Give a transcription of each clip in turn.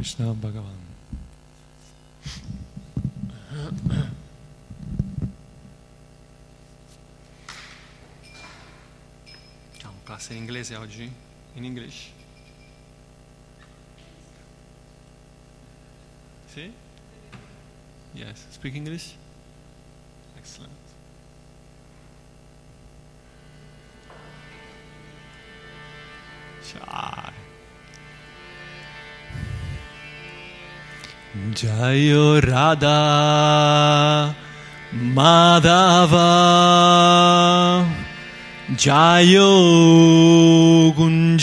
Krishna Bhagavan. Facciamo classe in inglese oggi? In English? Sì? Yes. Speak English? Excellent. Ciao. Jayo Radha Madhava Jayo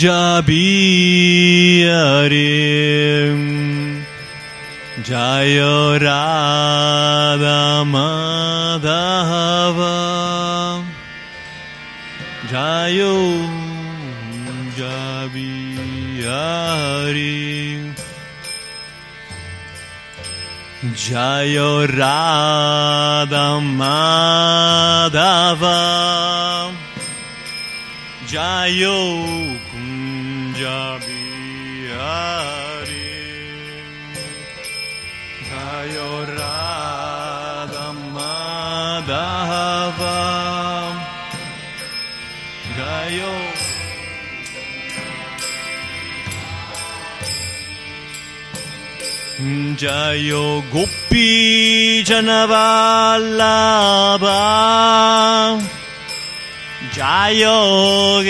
Gunjabiyare Jayo Radha Madhava Jayo Gunjabiyare Jayo Radha Madhava Jayo Kunjabihari Jayo Radha Madhava Jayo Jayo Gopi Janavallabha Jayo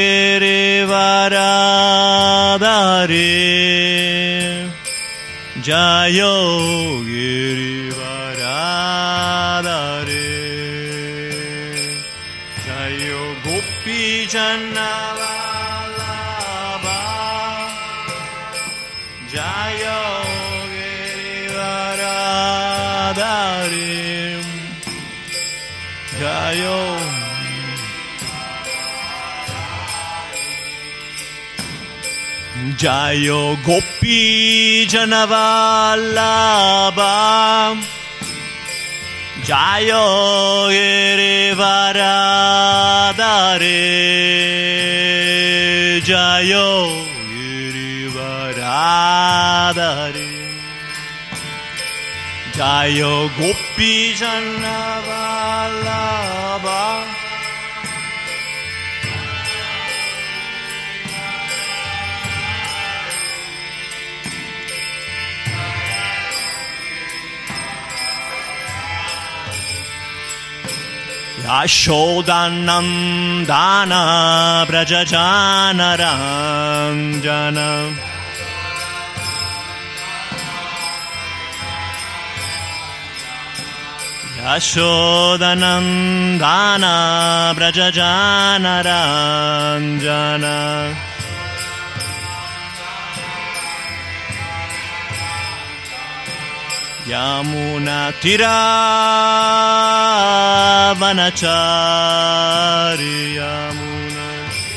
Girivaradhari Jayo Girivaradhari Jayo Gopi Janavallabha Jayo Girivaradhari Jayo Jayo Gopi Janavallabha Jayo Girivaradhari Jayo Girivaradhari Jayo Gopi Janavallabha Yashodanandana Brajajana Ranjana Yashodanandana Brajajana Ranjana Yamuna Tira Vanachari Yamuna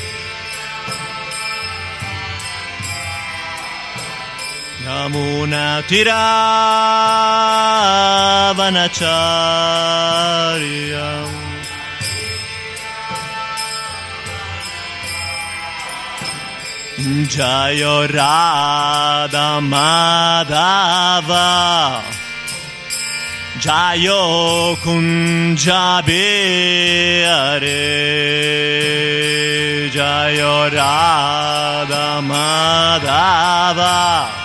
Yamuna Tira Vanachari Yamuna Jayo Radha Madhava Jayo Kunjabihari Jayo Radha Madhava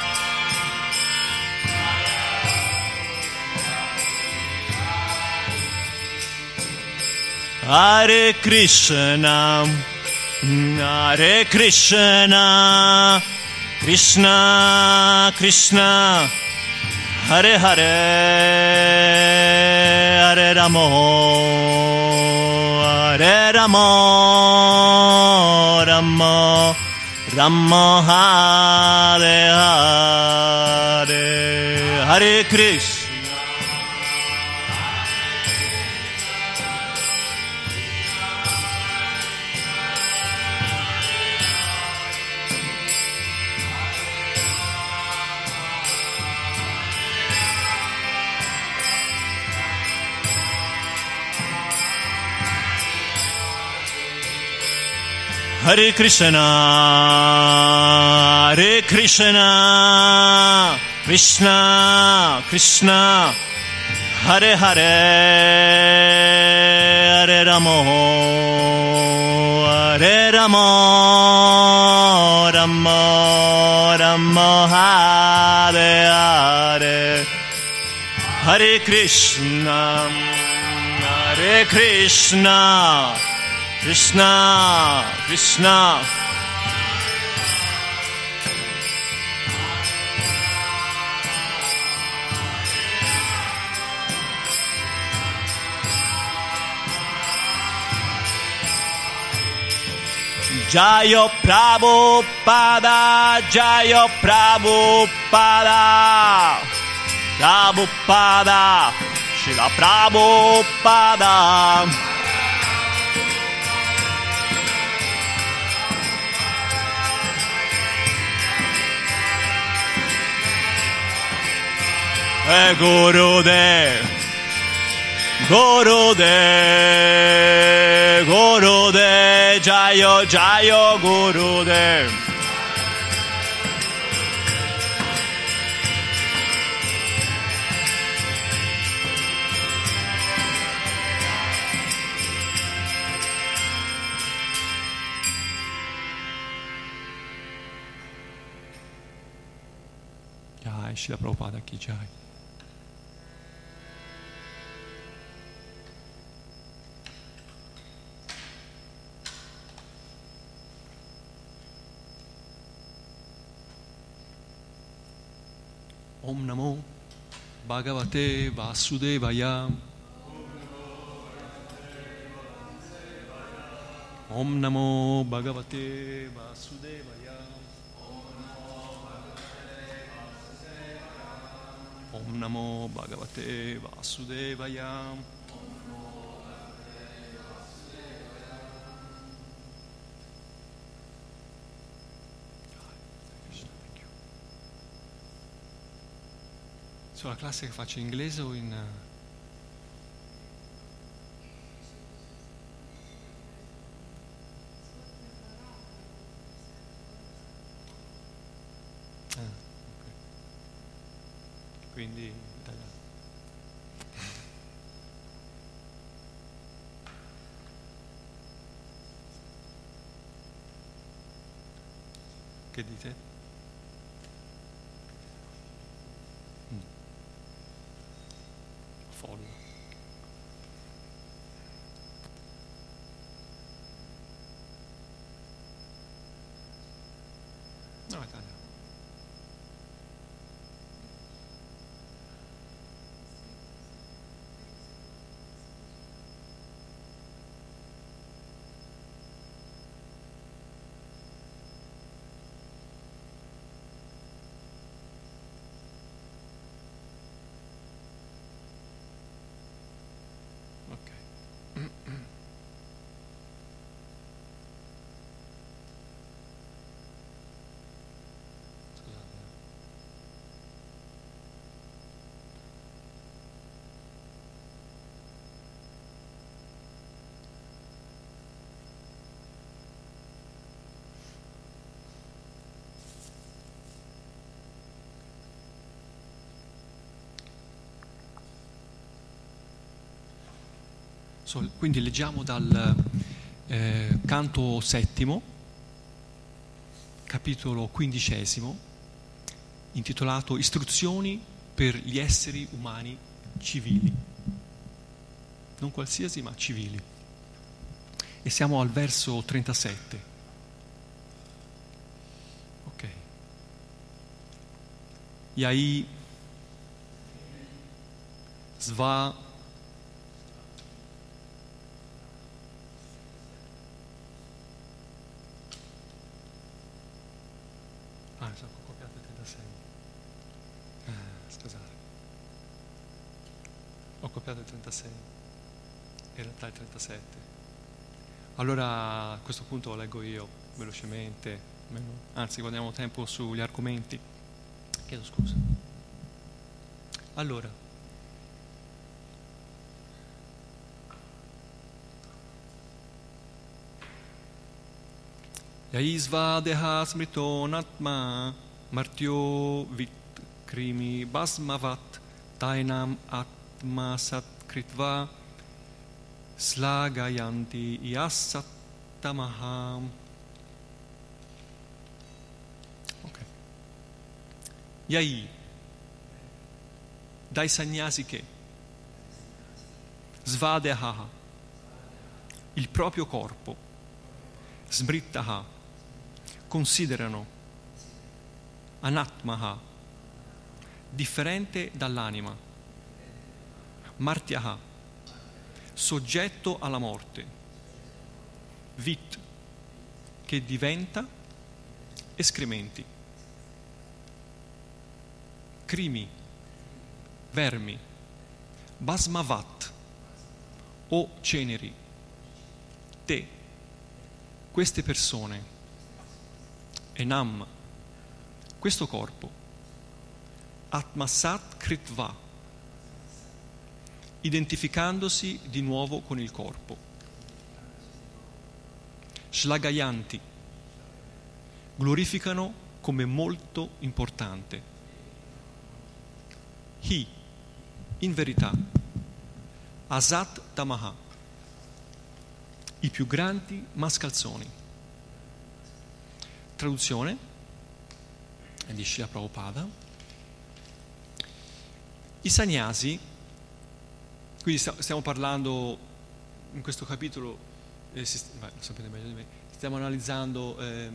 Hare Krishna Hare Krishna Krishna Krishna Hare Hare Hare Ramo Hare Ramo Ramo Ramo Hare Hare Hare Krishna Hare Krishna, Hare Krishna, Krishna Krishna, Hare Hare, Hare Rama, Hare Rama, Rama Rama, Hare Hare, Hare Krishna, Hare Krishna, Krishna Krishna, Jayo Prabhupada, Jayo Prabhupada, Prabhupada, Srila Prabhupada. Gurudev, Gurudev, Gurudev, Jayo, Jayo, Gurudev. Jai, Srila Prabhupada Ki Jai. Om Namo Bhagavate Vasudevaya. Om Namo Bhagavate Vasudevaya. Om Namo Bhagavate Vasudevaya. So, la classe che faccio in inglese o in... ok. Quindi italiano. Che dite? Folla. No, italiano. Ok. Scusate. Quindi leggiamo dal canto settimo, capitolo 15, intitolato Istruzioni per gli esseri umani civili. Non qualsiasi, ma civili. E siamo al verso 37. Ok. Yai Sva ho copiato il 36. Scusate. Ho copiato il 36. In realtà il 37. Allora a questo punto lo leggo io velocemente. Anzi, guadagniamo tempo sugli argomenti. Chiedo scusa. Allora, Yaisva deha smrito natma martyo vit krimi basmavat tainam atma satkritva slagayanti yasattamaham. Ok. Yai, dai sannyasi che svadeha, il proprio corpo, smrittaha, considerano, anatmaha, differente dall'anima, martyaha, soggetto alla morte, vit, che diventa escrementi, krimi, vermi, basmavat o ceneri, te, queste persone, enam, questo corpo, atmasat kritva, identificandosi di nuovo con il corpo, shlagayanti, glorificano come molto importante, hi, in verità, asat tamaha, i più grandi mascalzoni. Traduzione di Srila Prabhupada. I sannyasi, quindi stiamo parlando in questo capitolo, lo sapete meglio di me, stiamo analizzando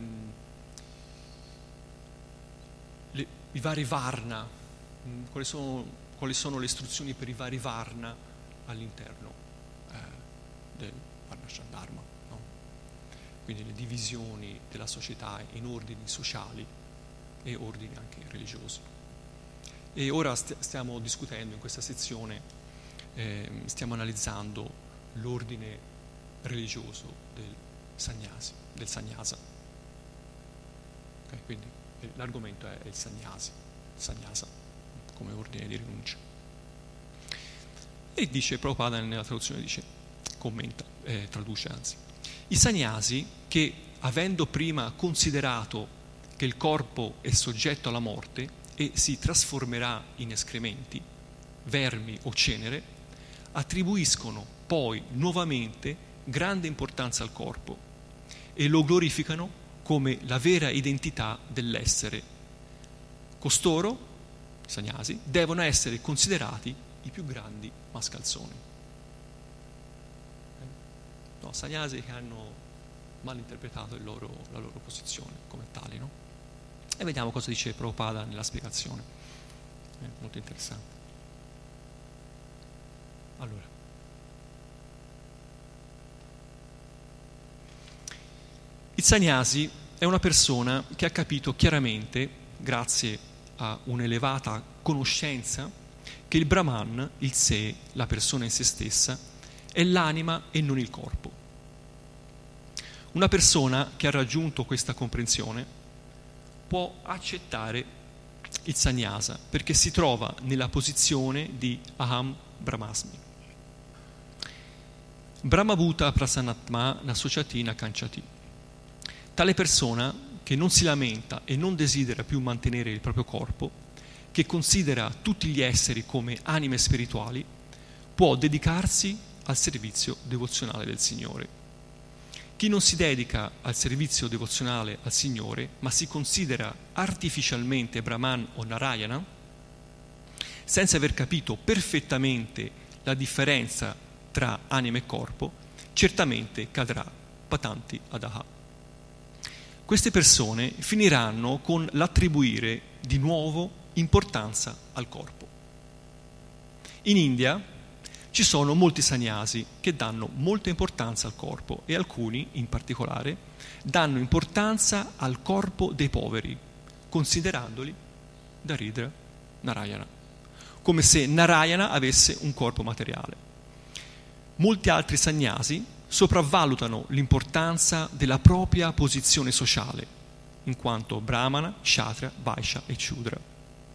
i vari varna, quali sono le istruzioni per i vari varna all'interno del Varnashram-dharma, no? Quindi le divisioni della società in ordini sociali e ordini anche religiosi. E ora stiamo discutendo in questa sezione, stiamo analizzando l'ordine religioso del sannyasa. Okay, quindi l'argomento è il sannyasa come ordine di rinuncia. E dice Prabhupada nella traduzione, traduce anzi, i sannyasi che, avendo prima considerato che il corpo è soggetto alla morte e si trasformerà in escrementi, vermi o cenere, attribuiscono poi nuovamente grande importanza al corpo e lo glorificano come la vera identità dell'essere. Costoro, sannyasi, devono essere considerati i più grandi mascalzoni. No, sannyasi che hanno malinterpretato la loro posizione come tali, no? E vediamo cosa dice Prabhupada nella spiegazione. Molto interessante. Allora, il sannyasi è una persona che ha capito chiaramente, grazie a un'elevata conoscenza, che il Brahman, il sé, la persona in se stessa, è l'anima e non il corpo. Una persona che ha raggiunto questa comprensione può accettare il sannyasa perché si trova nella posizione di Aham Brahmasmi. Brahmabhuta Prasannatma Nasociatina Kanchati. Tale persona che non si lamenta e non desidera più mantenere il proprio corpo, che considera tutti gli esseri come anime spirituali, può dedicarsi al servizio devozionale del Signore. Chi non si dedica al servizio devozionale al Signore, ma si considera artificialmente Brahman o Narayana, senza aver capito perfettamente la differenza tra anima e corpo, certamente cadrà patanti adaha. Queste persone finiranno con l'attribuire di nuovo importanza al corpo. In India ci sono molti sannyasi che danno molta importanza al corpo e alcuni, in particolare, danno importanza al corpo dei poveri, considerandoli Daridra Narayana, come se Narayana avesse un corpo materiale. Molti altri sannyasi sopravvalutano l'importanza della propria posizione sociale, in quanto Brahmana, Kshatriya, Vaishya e Shudra.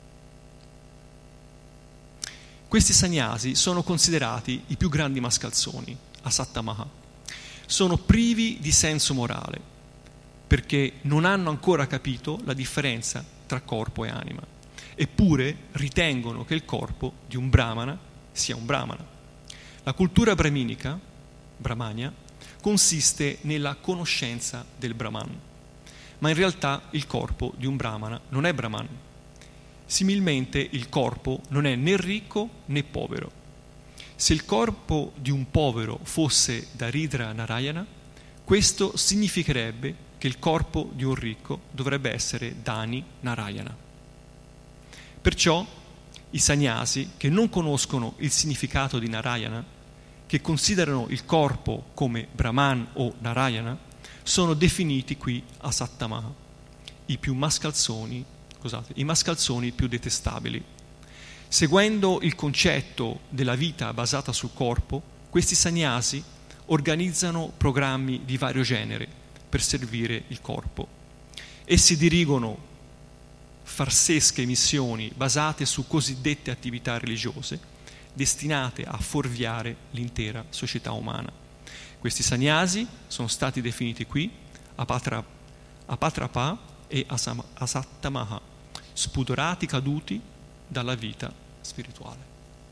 Questi sannyasi sono considerati i più grandi mascalzoni, asattamaha. Sono privi di senso morale, perché non hanno ancora capito la differenza tra corpo e anima, eppure ritengono che il corpo di un brahmana sia un brahmana. La cultura brahminica, brahmania, consiste nella conoscenza del Brahman, ma in realtà il corpo di un brahmana non è Brahman. Similmente il corpo non è né ricco né povero. Se il corpo di un povero fosse Daridra Narayana, questo significherebbe che il corpo di un ricco dovrebbe essere Dani Narayana. Perciò i sannyasi che non conoscono il significato di Narayana, che considerano il corpo come Brahman o Narayana, sono definiti qui asattamaha, i mascalzoni più detestabili. Seguendo il concetto della vita basata sul corpo, questi sannyasi organizzano programmi di vario genere per servire il corpo. Essi dirigono farsesche missioni basate su cosiddette attività religiose destinate a fuorviare l'intera società umana. Questi sannyasi sono stati definiti qui apatrapa e asattamaha, spudorati, caduti dalla vita spirituale.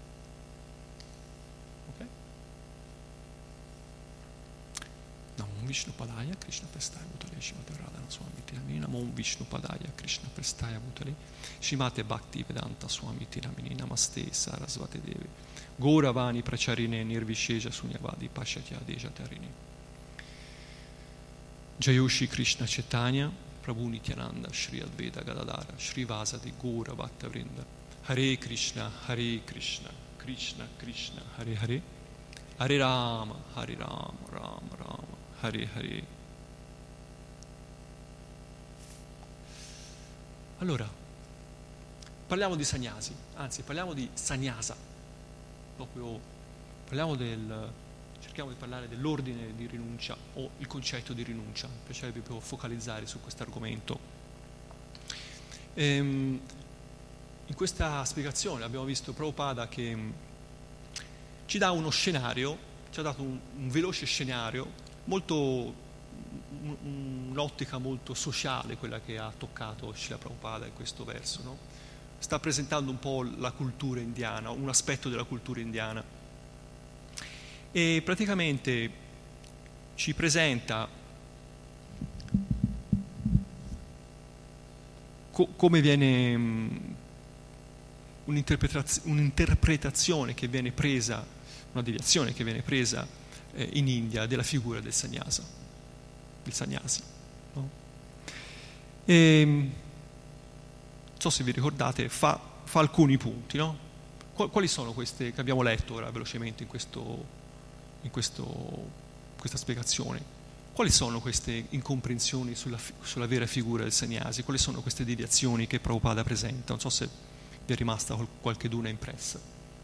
Okay? Namo Vishnu Padaya Krishna Prestaya Bhutale Shimate Radhana Swami Tiramini. Namo Vishnu Padaya Krishna Prestaya Bhutale Shimate Bhakti Vedanta Swami Tiramini. Namaste Sarasvate Devi Gauravani Pracharine Nirvisheja Sunyavadi Pashatya Deja Tarini. Jayoshi Krishna Chaitanya Prabhu Nityananda Shri Advaita Gadadara Shri Vasadi Gaura Bhatta Vrinda. Hare Krishna Krishna Krishna Hare Hare, Hare Rama Rama Rama Hare Hare. Allora, parliamo di sannyasi, anzi parliamo di sannyasa, proprio cerchiamo di parlare dell'ordine di rinuncia o il concetto di rinuncia. Mi piacerebbe proprio focalizzare su questo argomento. In questa spiegazione abbiamo visto Prabhupada che ci dà uno scenario, ci ha dato un veloce scenario, un'ottica molto sociale, quella che ha toccato Srila Prabhupada in questo verso, no? Sta presentando un po' la cultura indiana, un aspetto della cultura indiana, e praticamente ci presenta come viene un'interpretazione che viene presa, una deviazione che viene presa in India della figura del sannyasi, no? Non so se vi ricordate, fa alcuni punti, no? Quali sono queste che abbiamo letto ora velocemente in questa spiegazione? Quali sono queste incomprensioni sulla vera figura del sannyasi? Quali sono queste deviazioni che Prabhupada presenta? Non so se vi è rimasta qualcheduna impressa.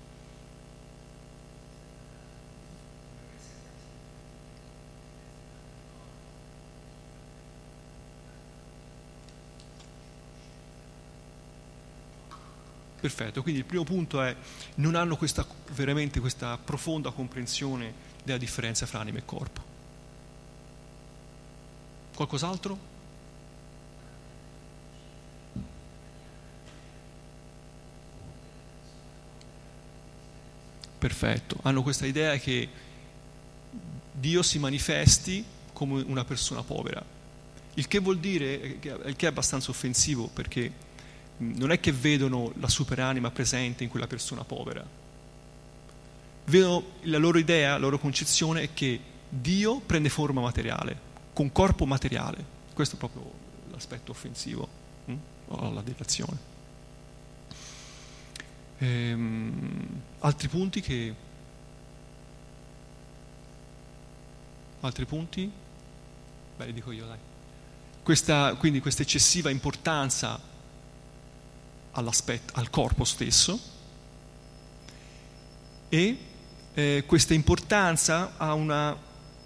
Perfetto, quindi il primo punto è: non hanno veramente questa profonda comprensione della differenza fra anima e corpo. Qualcos'altro? Perfetto, hanno questa idea che Dio si manifesti come una persona povera, il che vuol dire, il che è abbastanza offensivo, perché non è che vedono la superanima presente in quella persona povera, vedono la loro idea, la loro concezione è che Dio prende forma materiale, con corpo materiale. Questo è proprio l'aspetto offensivo alla deviazione. Altri punti? Beh, li dico io, dai. Quindi questa eccessiva importanza al corpo stesso, e questa importanza a una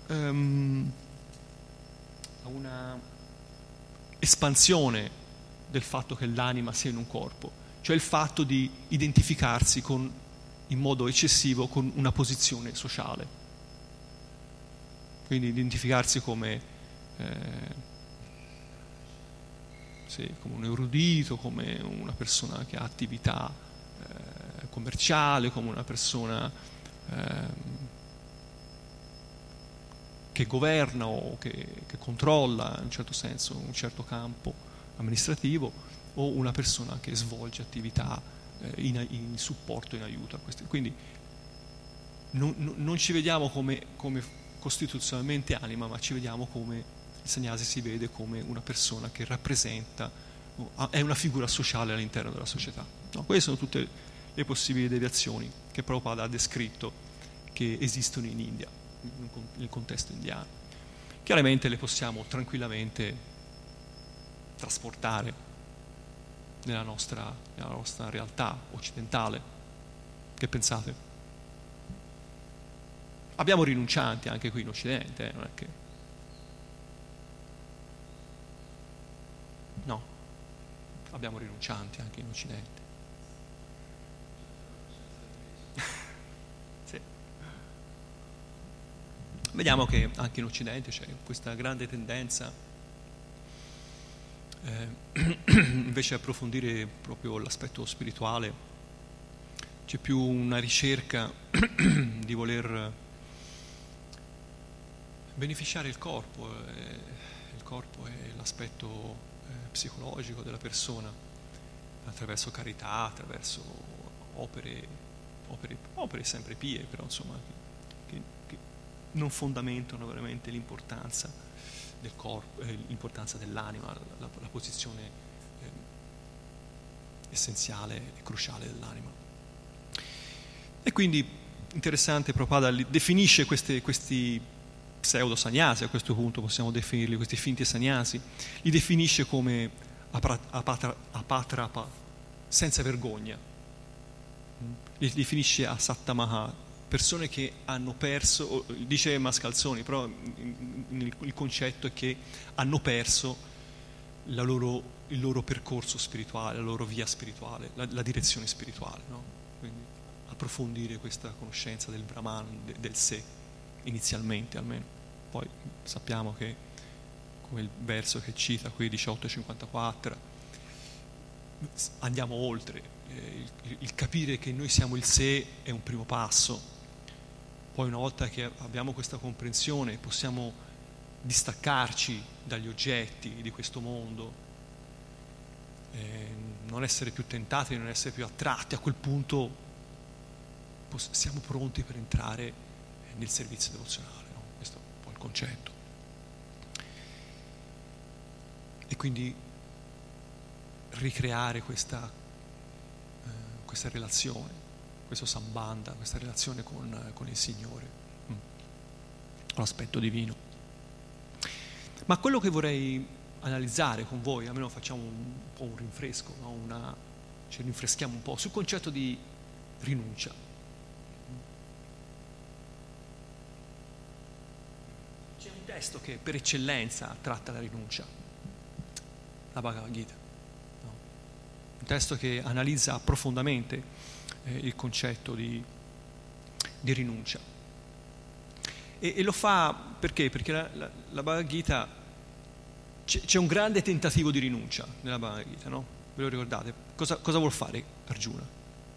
espansione del fatto che l'anima sia in un corpo, cioè il fatto di identificarsi in modo eccessivo con una posizione sociale, quindi identificarsi come sì, come un erudito, come una persona che ha attività commerciale, come una persona che governa o che controlla in un certo senso un certo campo amministrativo, o una persona che svolge attività in supporto, in aiuto a questi. Quindi non ci vediamo come costituzionalmente anima, ma ci vediamo come il sannyasi si vede come una persona che rappresenta, è una figura sociale all'interno della società. No? Queste sono tutte le possibili deviazioni che Prabhupada ha descritto che esistono in India, nel contesto indiano. Chiaramente le possiamo tranquillamente trasportare nella nostra realtà occidentale. Che pensate? Abbiamo rinuncianti anche qui in Occidente, non è che... No, abbiamo rinuncianti anche in Occidente. Sì. Vediamo che anche in Occidente c'è questa grande tendenza invece di approfondire proprio l'aspetto spirituale, c'è più una ricerca di voler beneficiare il corpo è l'aspetto psicologico della persona, attraverso carità, attraverso opere sempre pie, però insomma che non fondamentano veramente l'importanza del corpo, l'importanza dell'anima, la posizione essenziale e cruciale dell'anima. E quindi interessante, Prabhupada definisce questi pseudo sannyasi, a questo punto possiamo definirli, questi finti sannyasi, li definisce come apatrapa, senza vergogna. Li definisce asattamaha, persone che hanno perso, dice Mascalzoni, però il concetto è che hanno perso il loro percorso spirituale, la loro via spirituale, la direzione spirituale, no? Quindi approfondire questa conoscenza del Brahman, del sé, inizialmente almeno. Poi sappiamo che, come il verso che cita qui, 18:54, andiamo oltre, il capire che noi siamo il sé è un primo passo. Poi una volta che abbiamo questa comprensione possiamo distaccarci dagli oggetti di questo mondo, non essere più tentati, non essere più attratti. A quel punto siamo pronti per entrare nel servizio devozionale, no? Questo è un po' il concetto. E quindi ricreare questa relazione, questo sambandha, questa relazione con il Signore, con l'aspetto divino. Ma quello che vorrei analizzare con voi, almeno facciamo un po' un rinfresco, no? Ci rinfreschiamo un po' sul concetto di rinuncia. C'è un testo che per eccellenza tratta la rinuncia, la Bhagavad Gita, no? Un testo che analizza profondamente il concetto di rinuncia, e lo fa perché la Bhagavad Gita, c'è un grande tentativo di rinuncia nella Bhagavad Gita, no? Ve lo ricordate? Cosa vuol fare Arjuna?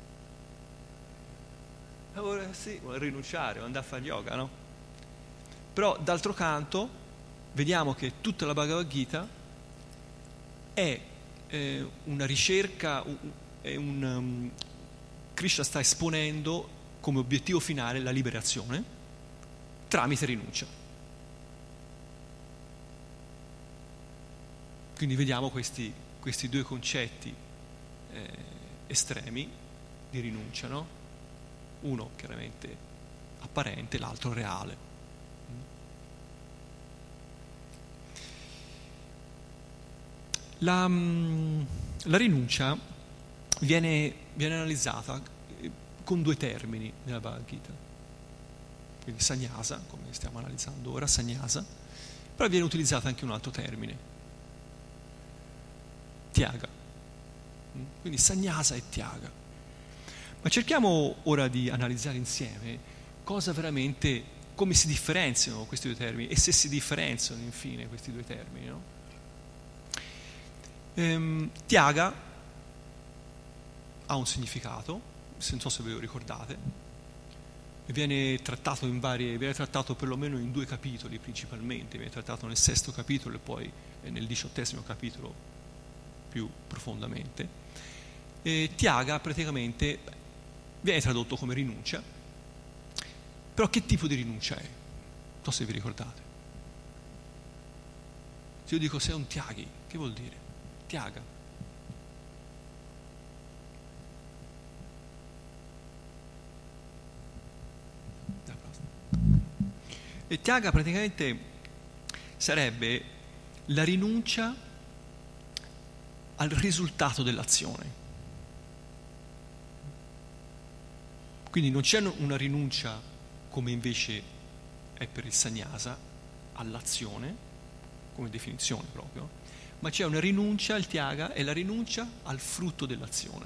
Vuole rinunciare, vuole andare a fare yoga, no? Però d'altro canto vediamo che tutta la Bhagavad Gita è una ricerca, è Krishna sta esponendo come obiettivo finale la liberazione tramite rinuncia. Quindi vediamo questi due concetti estremi di rinuncia, no? Uno chiaramente apparente, l'altro reale. La rinuncia viene analizzata con due termini nella Bhagavad Gita. Quindi sannyasa, come stiamo analizzando ora, sannyasa, però viene utilizzato anche un altro termine, tyaga. Quindi sannyasa e tyaga. Ma cerchiamo ora di analizzare insieme cosa veramente, come si differenziano questi due termini e se si differenziano infine questi due termini, no? Tyaga ha un significato, non so se ve lo ricordate, viene trattato perlomeno in 2 capitoli principalmente, viene trattato nel 6° capitolo e poi nel 18° capitolo più profondamente. Tyaga praticamente viene tradotto come rinuncia, però che tipo di rinuncia è? Non so se vi ricordate. Se io dico sei un tyagi, che vuol dire? Tyaga. E tyaga praticamente sarebbe la rinuncia al risultato dell'azione. Quindi non c'è una rinuncia come invece è per il sannyasa all'azione, come definizione proprio, ma c'è una rinuncia, il tyaga è la rinuncia al frutto dell'azione.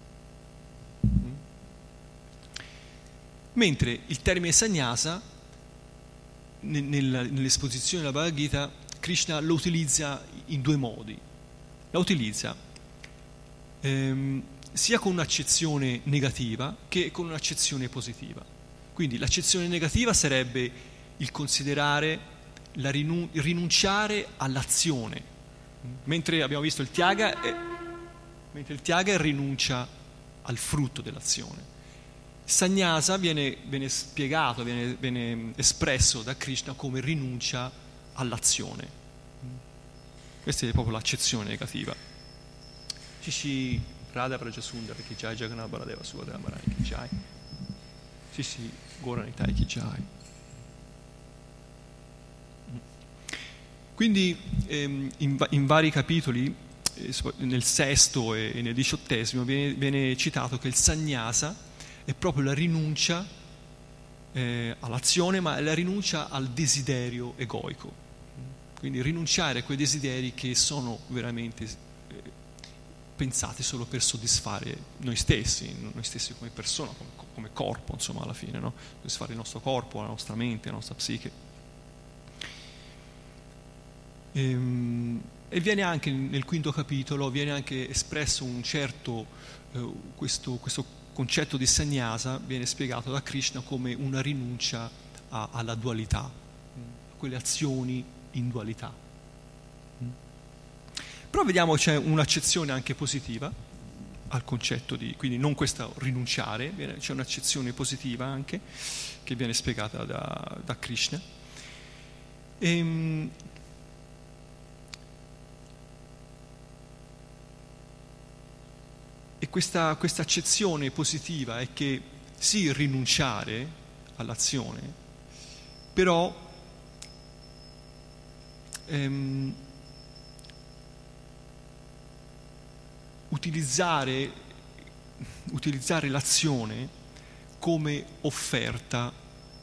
Mentre il termine sannyasa nell'esposizione della Bhagavad Gita Krishna lo utilizza in 2 modi. La utilizza sia con un'accezione negativa che con un'accezione positiva. Quindi l'accezione negativa sarebbe il considerare, il rinunciare all'azione, mentre abbiamo visto il tyaga rinuncia al frutto dell'azione. Sannyasa viene spiegato, viene espresso da Krishna come rinuncia all'azione. Questa è proprio l'accezione negativa. Shishi Radha Prajasundara Ki Jai, Jagannath Baladeva Subhadra Maharani Ki Jai, Shishi Gauranitai Ki Jai. Quindi in vari capitoli, nel 6° e nel 18° viene citato che il sannyasa è proprio la rinuncia all'azione, ma è la rinuncia al desiderio egoico. Quindi rinunciare a quei desideri che sono veramente pensati solo per soddisfare noi stessi come persona, come corpo, insomma, alla fine, no? Soddisfare il nostro corpo, la nostra mente, la nostra psiche. E viene anche nel 5° capitolo viene anche espresso un certo questo concetto di sannyasa viene spiegato da Krishna come una rinuncia alla dualità, a quelle azioni in dualità. Però vediamo c'è un'accezione anche positiva al concetto di, quindi non questo rinunciare, c'è un'accezione positiva anche che viene spiegata da Krishna. E questa accezione positiva è che sì, rinunciare all'azione, però utilizzare l'azione come offerta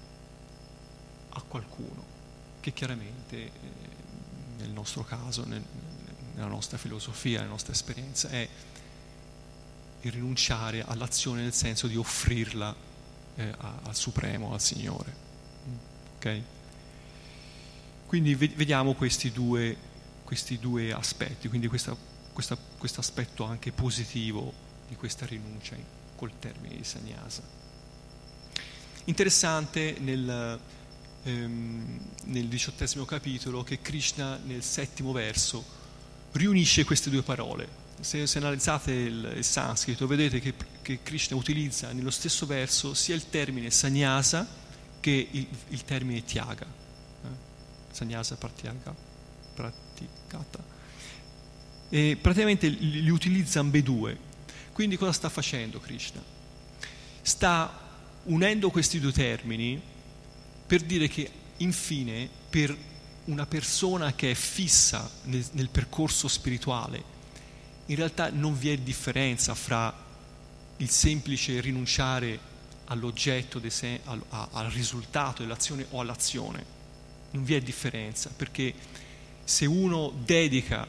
a qualcuno, che chiaramente nel nostro caso, nella nostra filosofia, nella nostra esperienza è il rinunciare all'azione nel senso di offrirla al Supremo, al Signore. Ok? Quindi vediamo questi due aspetti, quindi questo aspetto anche positivo di questa rinuncia col termine di sannyasa. Interessante nel 18° capitolo che Krishna nel 7° verso riunisce queste 2 parole. Se analizzate il sanscrito vedete che Krishna utilizza nello stesso verso sia il termine sannyasa che il termine tyaga. Sannyasa pratyagata. E praticamente li utilizza ambedue. Quindi cosa sta facendo Krishna? Sta unendo questi 2 termini per dire che infine per una persona che è fissa nel percorso spirituale in realtà non vi è differenza fra il semplice rinunciare all'oggetto, al risultato dell'azione o all'azione. Non vi è differenza, perché se uno dedica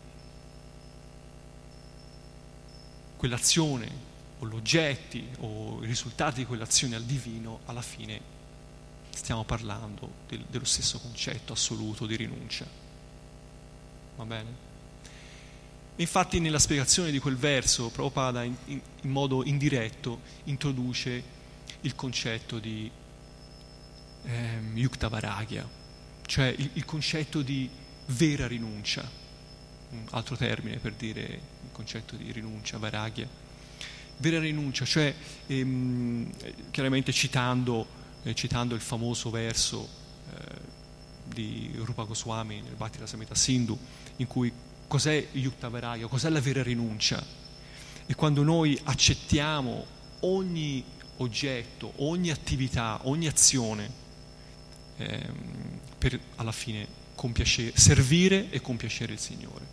quell'azione o gli oggetti o i risultati di quell'azione al divino, alla fine stiamo parlando dello stesso concetto assoluto di rinuncia. Va bene? Infatti nella spiegazione di quel verso Prabhupada in modo indiretto introduce il concetto di Yukta Vairagya, cioè il concetto di vera rinuncia, un altro termine per dire il concetto di rinuncia, Vairagya. Vera rinuncia, cioè chiaramente citando il famoso verso di Rupa Goswami nel Bhakti Rasamrita Sindhu, in cui cos'è Yukta Vairagya, cos'è la vera rinuncia? E quando noi accettiamo ogni oggetto, ogni attività, ogni azione per alla fine servire e compiacere il Signore,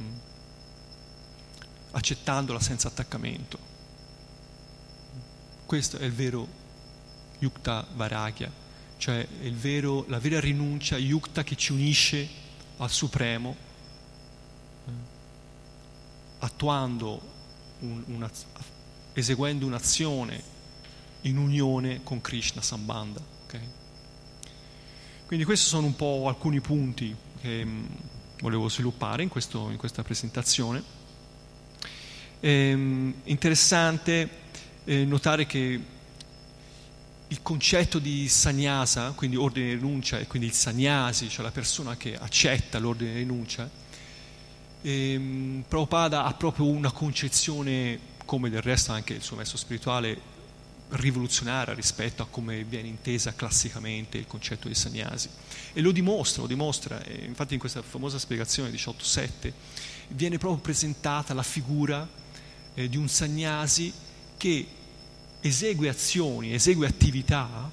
accettandola senza attaccamento. Questo è il vero Yukta Vairagya, cioè la vera rinuncia, Yukta, che ci unisce al Supremo, eseguendo un'azione in unione con Krishna Sambandha. Okay? Quindi questi sono un po' alcuni punti che volevo sviluppare in questa presentazione. Interessante notare che il concetto di sannyasa, quindi ordine di rinuncia, e quindi il sannyasi, cioè la persona che accetta l'ordine di rinuncia, Prabhupada ha proprio una concezione, come del resto anche il suo maestro spirituale, rivoluzionaria rispetto a come viene intesa classicamente il concetto di sannyasi, e lo dimostra, infatti in questa famosa spiegazione 18.7 viene proprio presentata la figura di un sannyasi che esegue azioni, esegue attività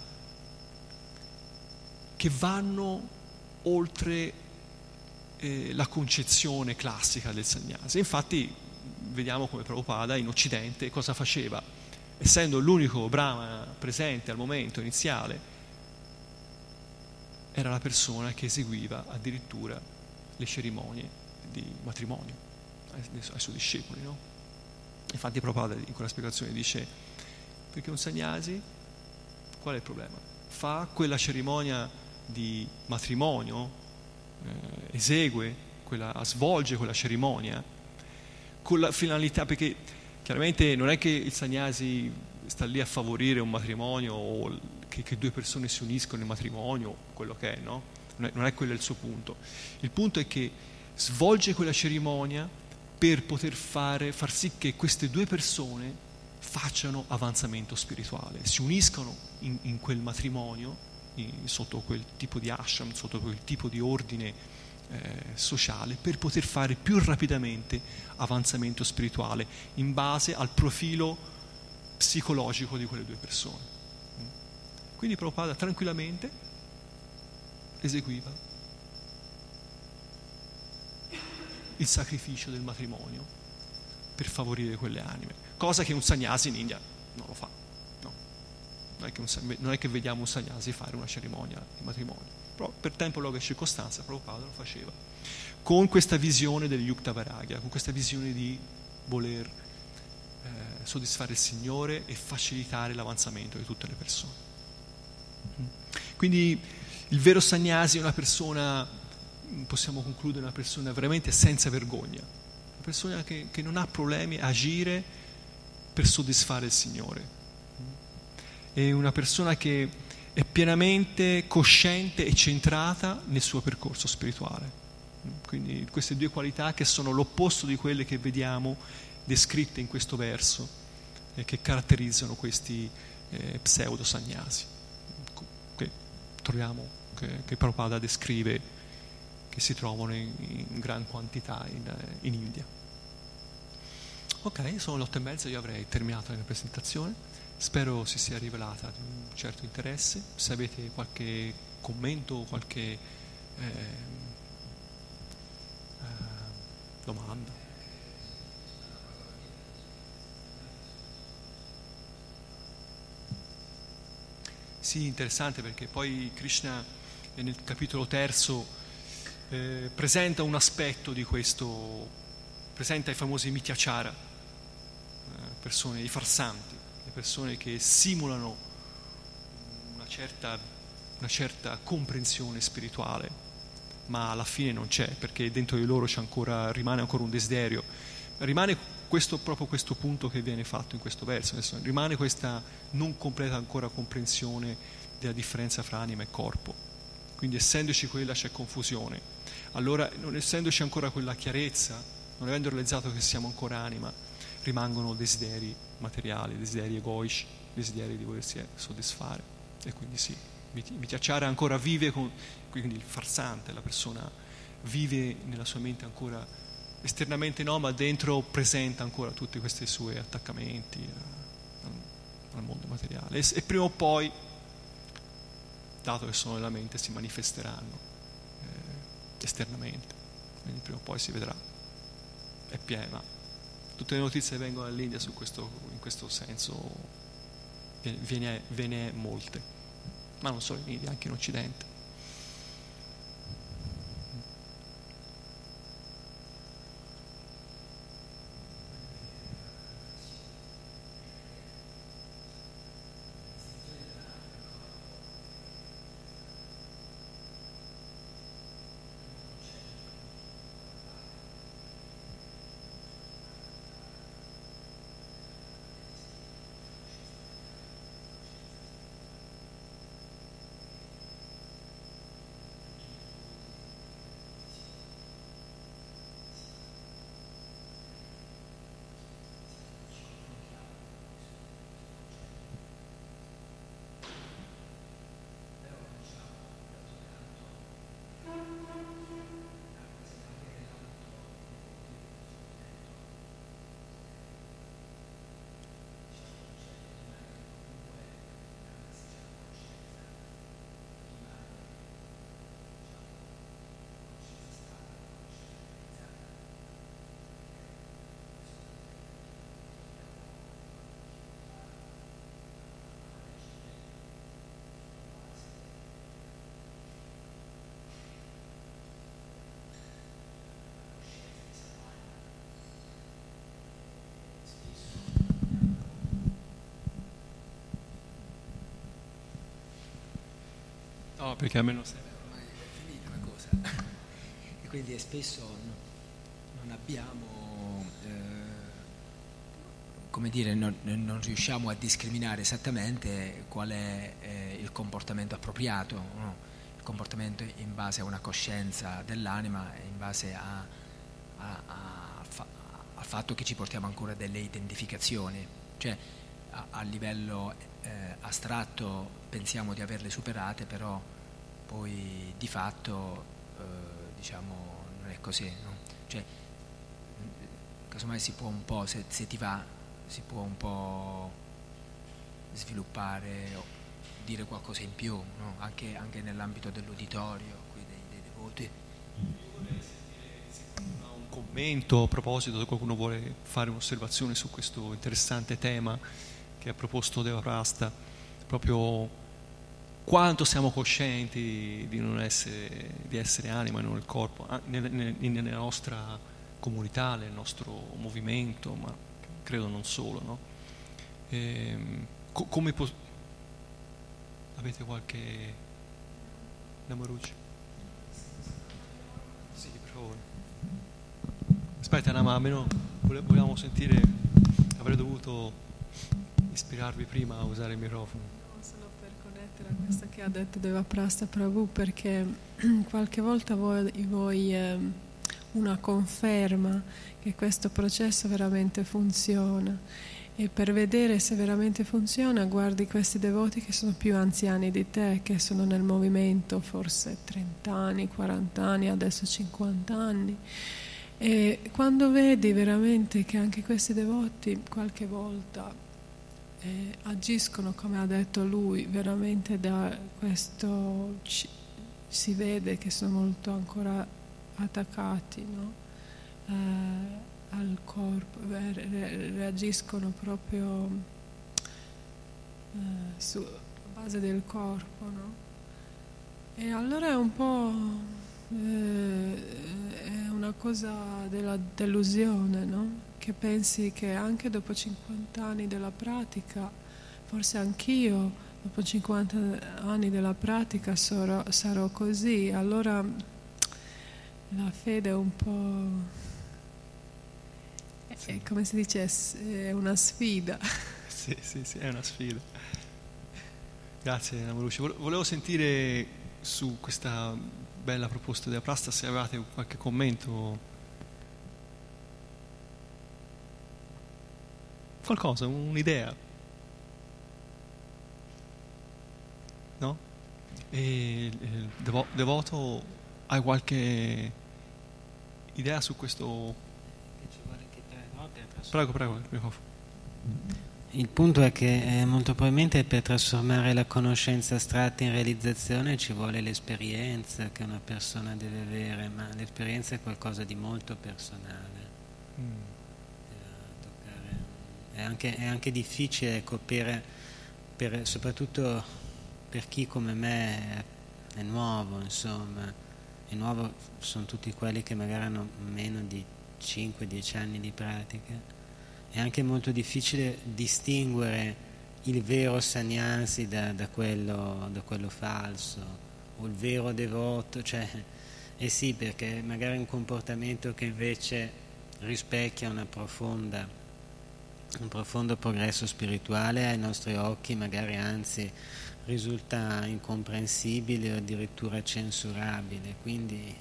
che vanno oltre la concezione classica del sannyasi. Infatti vediamo come Prabhupada in Occidente cosa faceva. Essendo l'unico Brahmana presente al momento iniziale, era la persona che eseguiva addirittura le cerimonie di matrimonio ai suoi discepoli, no? Infatti Prabhupada in quella spiegazione dice: perché un sannyasi, qual è il problema? Fa quella cerimonia di matrimonio, svolge quella cerimonia con la finalità, perché chiaramente non è che il sannyasi sta lì a favorire un matrimonio o che due persone si uniscono in matrimonio, quello che è, no? Non è quello il suo punto. Il punto è che svolge quella cerimonia per poter far sì che queste due persone facciano avanzamento spirituale, si uniscono in quel matrimonio, sotto quel tipo di ashram, sotto quel tipo di ordine sociale, per poter fare più rapidamente avanzamento spirituale in base al profilo psicologico di quelle due persone. Quindi Prabhupada tranquillamente eseguiva il sacrificio del matrimonio per favorire quelle anime, cosa che un sannyasi in India non lo fa, no? Non è che vediamo un sannyasi fare una cerimonia di matrimonio, però per tempo, luogo e circostanza Prabhupada lo faceva con questa visione del Yukta Vairagya, con questa visione di voler soddisfare il Signore e facilitare l'avanzamento di tutte le persone. Quindi il vero sannyasi è una persona, possiamo concludere, una persona veramente senza vergogna, una persona che non ha problemi a agire per soddisfare il Signore, è una persona che è pienamente cosciente e centrata nel suo percorso spirituale. Quindi queste due qualità che sono l'opposto di quelle che vediamo descritte in questo verso e che caratterizzano questi pseudo sannyasi che troviamo, che Prabhupada descrive, che si trovano in gran quantità in India. Ok, sono le 8:30, io avrei terminato la mia presentazione. Spero si sia rivelata di un certo interesse. Se avete qualche commento, qualche domanda. Sì, interessante, perché poi Krishna nel capitolo 3 presenta un aspetto di questo, presenta i famosi Mityachara, persone, i farsanti, le persone che simulano una certa comprensione spirituale, ma alla fine non c'è, perché dentro di loro rimane ancora un desiderio rimane proprio questo punto che viene fatto in questo verso, rimane questa non completa ancora comprensione della differenza fra anima e corpo. Quindi essendoci quella c'è confusione. Allora, non essendoci ancora quella chiarezza, non avendo realizzato che siamo ancora anima, rimangono desideri materiali, desideri egoici, desideri di volersi soddisfare. E quindi sì, Vityacharya ancora vive quindi il farsante, la persona vive nella sua mente ancora, esternamente no, ma dentro presenta ancora tutti questi suoi attaccamenti al mondo materiale. E prima o poi, dato che sono nella mente, si manifesteranno esternamente, quindi prima o poi si vedrà. È piena. Tutte le notizie che vengono dall'India in questo senso ve ne è molte, ma non solo in India, anche in Occidente. No, perché a me non serve. Ormai è finita la cosa. E quindi spesso non abbiamo, come dire, non riusciamo a discriminare esattamente qual è il comportamento appropriato, no? Il comportamento in base a una coscienza dell'anima, in base al fatto che ci portiamo ancora delle identificazioni, cioè a livello astratto pensiamo di averle superate, però poi di fatto diciamo non è così, no? Cioè, casomai si può un po', se ti va, si può un po' sviluppare o dire qualcosa in più, no? Anche nell'ambito dell'uditorio qui dei devoti. Un commento a proposito, se qualcuno vuole fare un'osservazione su questo interessante tema che ha proposto Devaprasta, proprio quanto siamo coscienti di essere anima e non il corpo, nella nostra comunità, nel nostro movimento, ma credo non solo, no? Avete qualche Namarucci? Sì, per favore. Aspetta, ma almeno volevamo sentire, avrei dovuto ispirarvi prima a usare il microfono. Solo per connettere a questo che ha detto Devaprasta Prabhu, perché qualche volta vuoi una conferma che questo processo veramente funziona, e per vedere se veramente funziona guardi questi devoti che sono più anziani di te, che sono nel movimento forse 30 anni, 40 anni, adesso 50 anni, e quando vedi veramente che anche questi devoti qualche volta agiscono come ha detto lui, veramente da questo si vede che sono molto ancora attaccati, no? Al corpo, reagiscono proprio sulla base del corpo, no? E allora è un po' è una cosa della delusione, no? Che pensi che anche dopo 50 anni della pratica, forse anch'io dopo 50 anni della pratica sarò così, allora la fede è un po'... Sì. Come si dice, è una sfida. Sì, è una sfida. Grazie Anna Marucci. Volevo sentire su questa bella proposta della Prasta se avevate qualche commento, qualcosa, un'idea. No? E Devoto, hai qualche idea su questo? Prego. Il punto è che molto probabilmente per trasformare la conoscenza astratta in realizzazione ci vuole l'esperienza che una persona deve avere, ma l'esperienza è qualcosa di molto personale. È anche difficile, ecco, soprattutto per chi come me è nuovo, insomma. È nuovo sono tutti quelli che magari hanno meno di 5-10 anni di pratica. È anche molto difficile distinguere il vero sannyasi da quello falso, o il vero devoto, cioè, sì, perché magari un comportamento che invece rispecchia un profondo progresso spirituale ai nostri occhi magari anzi risulta incomprensibile o addirittura censurabile, quindi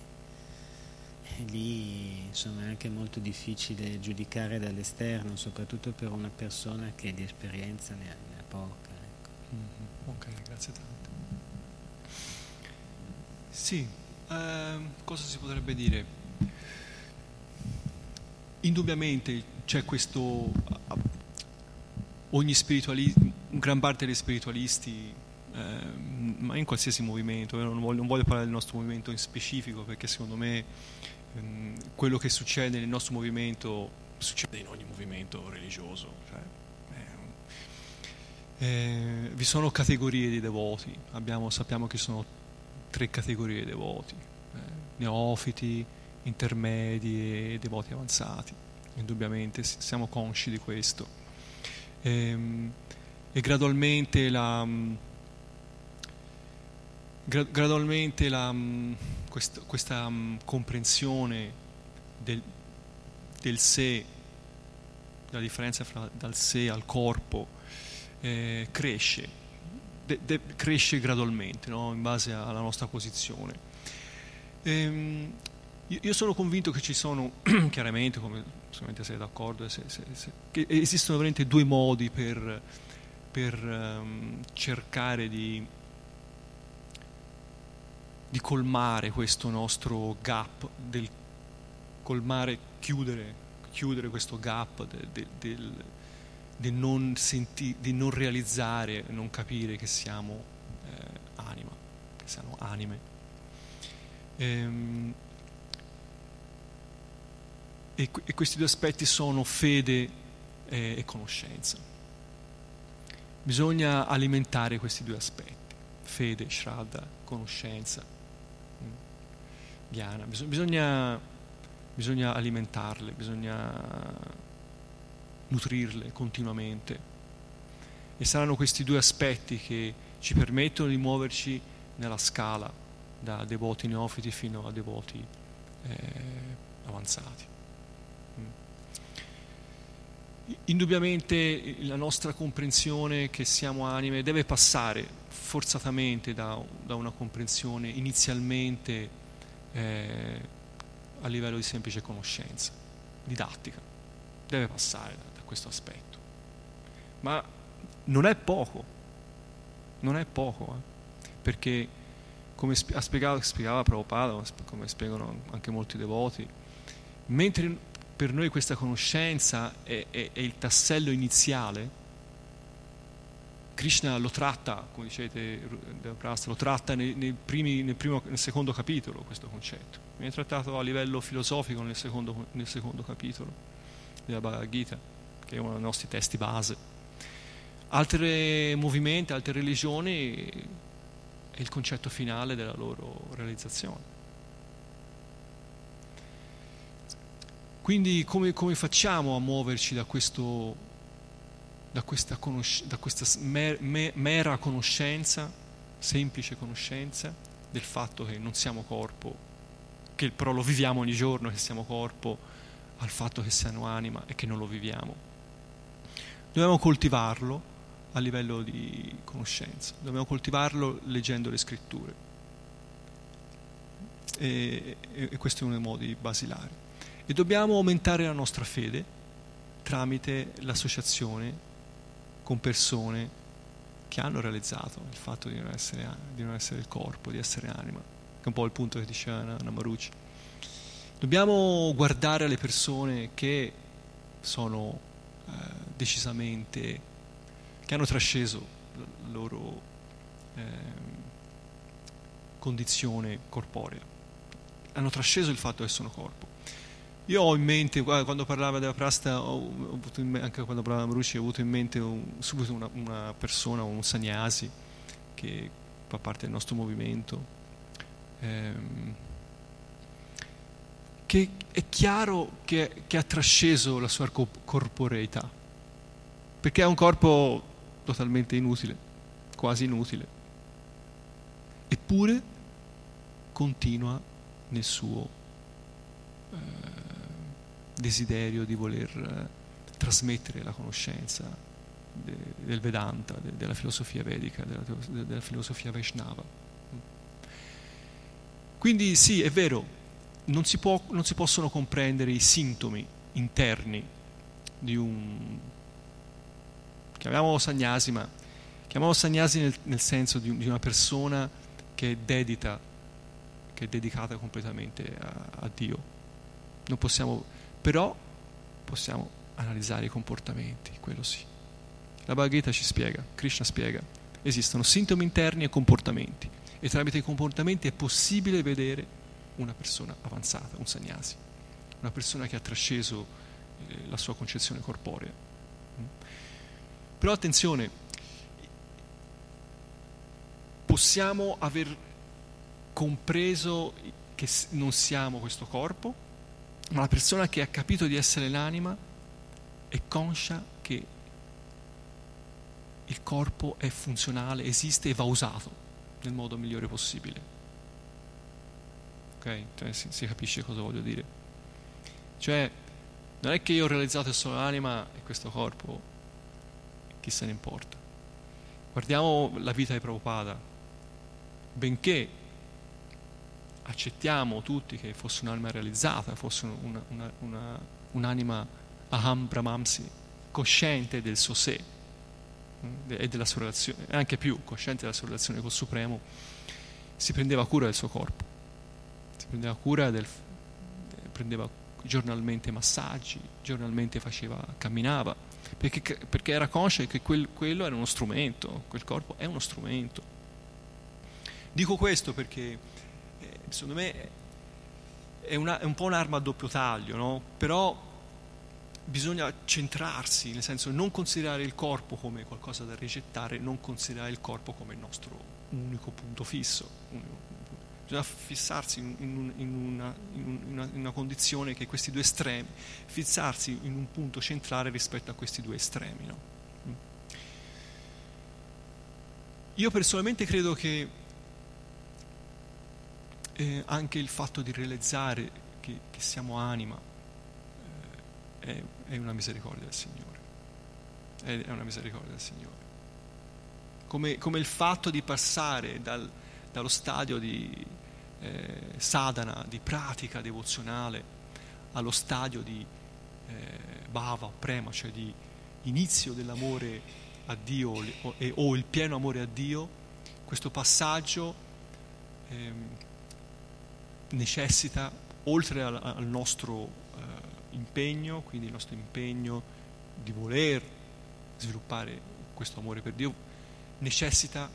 lì insomma è anche molto difficile giudicare dall'esterno, soprattutto per una persona che di esperienza ne ha poca, ecco. Ok, grazie tanto. Sì, cosa si potrebbe dire? Indubbiamente c'è questo, ogni spiritualista, gran parte degli spiritualisti, ma in qualsiasi movimento, non voglio parlare del nostro movimento in specifico perché secondo me quello che succede nel nostro movimento succede in ogni movimento religioso, cioè, vi sono categorie di devoti, sappiamo che sono 3 categorie di devoti, neofiti, intermedi e devoti avanzati, indubbiamente siamo consci di questo, e gradualmente questa comprensione del sé, la differenza dal sé al corpo, cresce gradualmente, no? In base alla nostra posizione. Io sono convinto che ci sono, chiaramente, come sicuramente sei d'accordo, che esistono veramente 2 modi per cercare di colmare questo nostro gap, chiudere questo gap di non realizzare, non capire che siamo anima, che siamo anime. E questi 2 aspetti sono fede e conoscenza. Bisogna alimentare questi 2 aspetti, fede, shraddha, conoscenza, jnana. Bisogna alimentarle, bisogna nutrirle continuamente, e saranno questi 2 aspetti che ci permettono di muoverci nella scala da devoti neofiti fino a devoti avanzati. Indubbiamente la nostra comprensione che siamo anime deve passare forzatamente da una comprensione inizialmente a livello di semplice conoscenza didattica, deve passare da questo aspetto, ma non è poco, perché come spiegava Prabhupada, come spiegano anche molti devoti, mentre per noi questa conoscenza è il tassello iniziale, Krishna lo tratta, come dicete, lo tratta nel secondo capitolo questo concetto. Viene trattato a livello filosofico nel secondo capitolo della Bhagavad Gita, che è uno dei nostri testi base. Altri movimenti, altre religioni, è il concetto finale della loro realizzazione. Quindi come facciamo a muoverci da questa mera conoscenza, semplice conoscenza del fatto che non siamo corpo, che però lo viviamo ogni giorno, che siamo corpo, al fatto che siamo anima e che non lo viviamo. Dobbiamo coltivarlo a livello di conoscenza, dobbiamo coltivarlo leggendo le scritture. E questo è uno dei modi basilari. E dobbiamo aumentare la nostra fede tramite l'associazione con persone che hanno realizzato il fatto di non essere il corpo, di essere anima, che è un po' il punto che diceva Namaruci. Dobbiamo guardare alle persone che sono decisamente, che hanno trasceso la loro condizione corporea, hanno trasceso il fatto che sono corpo. Io ho in mente, quando parlava della Prasta, anche quando parlava Marucci, ho avuto in mente subito una persona, un sannyasi che fa parte del nostro movimento, che è chiaro che ha trasceso la sua corporeità, perché ha un corpo totalmente inutile, quasi inutile, eppure continua nel suo desiderio di voler trasmettere la conoscenza del Vedanta, della filosofia vedica, della filosofia Vaishnava. Quindi sì, è vero, non si possono comprendere i sintomi interni di un, chiamiamolo sannyasi, ma chiamiamolo sannyasi nel senso di una persona che è dedicata completamente a Dio. Non possiamo, però possiamo analizzare i comportamenti, quello sì. La Bhagavad Gita ci spiega, Krishna spiega, esistono sintomi interni e comportamenti, e tramite i comportamenti è possibile vedere una persona avanzata, un sannyasi, una persona che ha trasceso la sua concezione corporea. Però attenzione, possiamo aver compreso che non siamo questo corpo, ma la persona che ha capito di essere l'anima è conscia che il corpo è funzionale, esiste e va usato nel modo migliore possibile. Ok? Cioè, si capisce cosa voglio dire. Cioè, non è che io ho realizzato che sono l'anima e questo corpo, chi se ne importa. Guardiamo la vita di Prabhupada. Benché accettiamo tutti che fosse un'anima realizzata, fosse un'anima aham brahmamsi, cosciente del suo sé e della sua relazione, anche più cosciente della sua relazione col Supremo, si prendeva cura del suo corpo, si prendeva cura prendeva giornalmente massaggi, giornalmente camminava, perché era conscia che quello era uno strumento, quel corpo è uno strumento. Dico questo perché secondo me è un po' un'arma a doppio taglio, no? Però bisogna centrarsi, nel senso non considerare il corpo come qualcosa da rigettare, non considerare il corpo come il nostro unico punto fisso. Bisogna fissarsi in una condizione che questi due estremi, fissarsi in un punto centrale rispetto a questi due estremi, no? Io personalmente credo che anche il fatto di realizzare che siamo anima è una misericordia del Signore. È una misericordia del Signore. Come il fatto di passare dallo stadio di sadhana, di pratica devozionale, allo stadio di bhava, prema, cioè di inizio dell'amore a Dio o il pieno amore a Dio. Questo passaggio necessita, oltre al nostro impegno, quindi il nostro impegno di voler sviluppare questo amore per Dio, necessita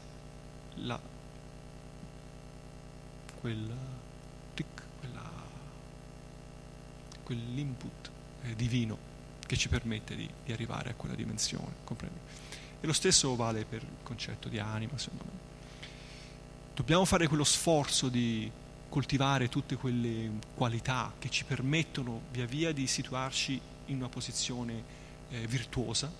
quell'input divino che ci permette di arrivare a quella dimensione, comprendi? E lo stesso vale per il concetto di anima, secondo me. Dobbiamo fare quello sforzo di coltivare tutte quelle qualità che ci permettono via via di situarci in una posizione virtuosa.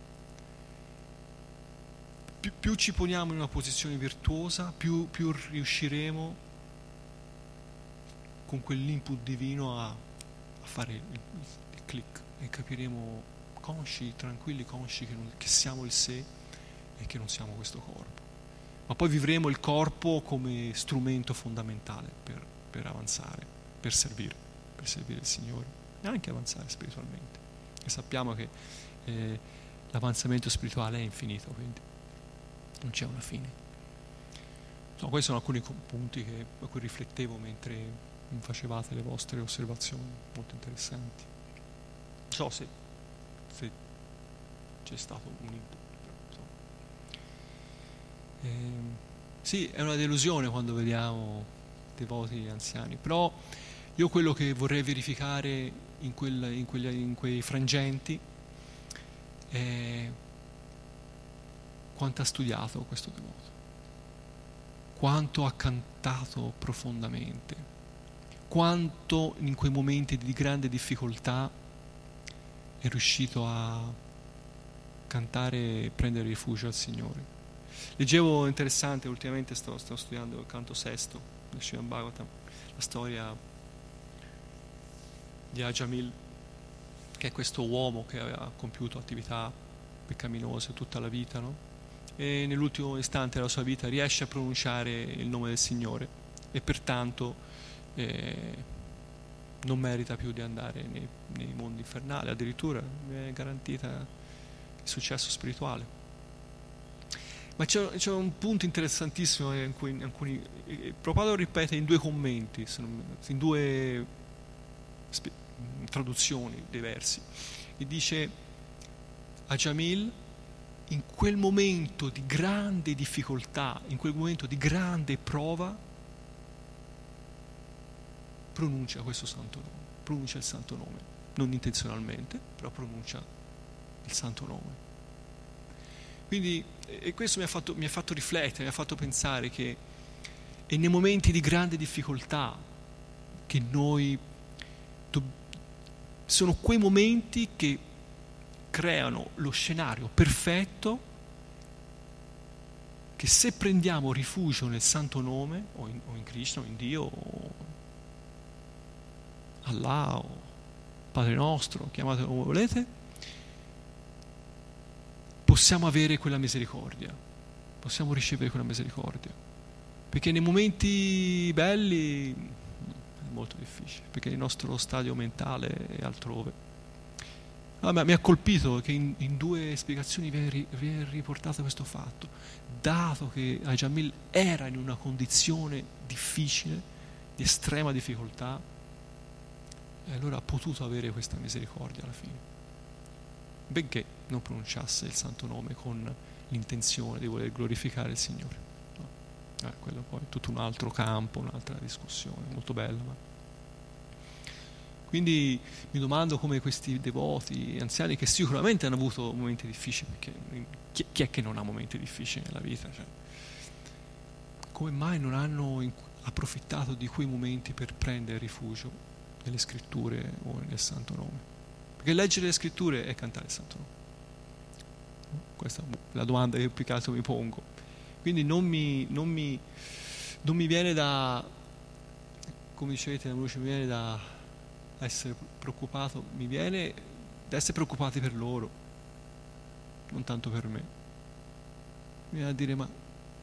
Più ci poniamo in una posizione virtuosa, più riusciremo con quell'input divino a fare il click e capiremo consci, tranquilli, consci che siamo il sé e che non siamo questo corpo. Ma poi vivremo il corpo come strumento fondamentale per avanzare, per servire il Signore e anche avanzare spiritualmente. E sappiamo che l'avanzamento spirituale è infinito, quindi non c'è una fine. No, questi sono alcuni punti a cui riflettevo mentre mi facevate le vostre osservazioni, molto interessanti. Non so se c'è stato un input, però, insomma. Sì, è una delusione quando vediamo devoti anziani, però io quello che vorrei verificare in quei frangenti è quanto ha studiato questo devoto, quanto ha cantato profondamente, quanto in quei momenti di grande difficoltà è riuscito a cantare e prendere rifugio al Signore. Leggevo, interessante, ultimamente sto studiando il canto sesto del Srimad Bhagavatam, la storia di Ajamil, che è questo uomo che aveva compiuto attività peccaminose tutta la vita, no? E nell'ultimo istante della sua vita riesce a pronunciare il nome del Signore e pertanto non merita più di andare nei mondi infernali, addirittura è garantita il successo spirituale. Ma c'è un punto interessantissimo in cui Prabhupada lo ripete in due commenti, in due traduzioni dei versi, e dice: Ajamil, in quel momento di grande difficoltà, in quel momento di grande prova, pronuncia questo santo nome, pronuncia il santo nome, non intenzionalmente, però pronuncia il santo nome. Quindi, e questo mi ha fatto riflettere, mi ha fatto pensare che è nei momenti di grande difficoltà che noi sono quei momenti che creano lo scenario perfetto, che se prendiamo rifugio nel santo nome o in Krishna o in Dio o Allah o Padre nostro, chiamatelo come volete, possiamo avere quella misericordia, possiamo ricevere quella misericordia, perché nei momenti belli è molto difficile, perché il nostro stadio mentale è altrove. Allora, mi ha colpito che in due spiegazioni viene riportato questo fatto: dato che Ajamil era in una condizione difficile, di estrema difficoltà, e allora ha potuto avere questa misericordia alla fine, benché non pronunciasse il santo nome con l'intenzione di voler glorificare il Signore. No? Quello poi è tutto un altro campo, un'altra discussione molto bella. Ma quindi mi domando come questi devoti anziani, che sicuramente hanno avuto momenti difficili, perché chi è che non ha momenti difficili nella vita? Cioè, come mai non hanno approfittato di quei momenti per prendere rifugio nelle scritture o nel santo nome? Perché leggere le scritture è cantare il santo nome. Questa è la domanda che più che altro mi pongo. Quindi non mi viene da, come dicevete, mi viene da essere preoccupato, mi viene da essere preoccupati per loro, non tanto per me. Mi viene a dire: ma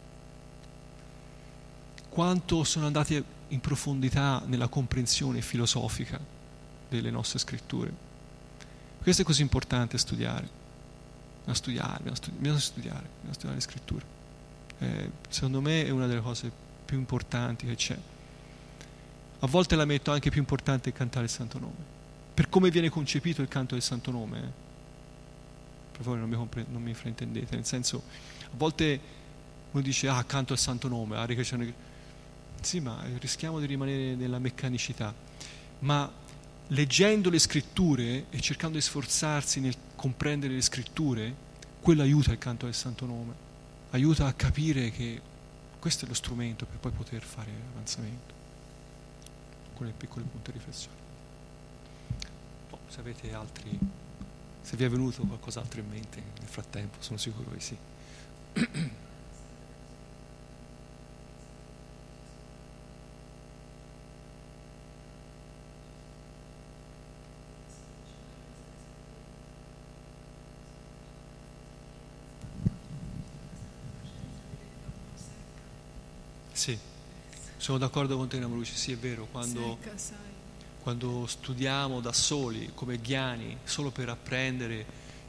quanto sono andati in profondità nella comprensione filosofica delle nostre scritture. Questo è così importante studiare. Bisogna studiare le scritture. Secondo me è una delle cose più importanti che c'è. A volte la metto anche più importante che cantare il santo nome, per come viene concepito il canto del santo nome. Per favore non mi fraintendete, nel senso, a volte uno dice: canto il santo nome, sì, ma rischiamo di rimanere nella meccanicità. Ma leggendo le scritture e cercando di sforzarsi nel comprendere le scritture, quello aiuta il canto del santo nome, aiuta a capire che questo è lo strumento per poi poter fare avanzamento. Con le piccole punti di riflessione. Se avete se vi è venuto qualcos'altro in mente nel frattempo, sono sicuro di sì. Sì, sono d'accordo con te, Namruci, sì, è vero, quando studiamo da soli come ghiani solo per apprendere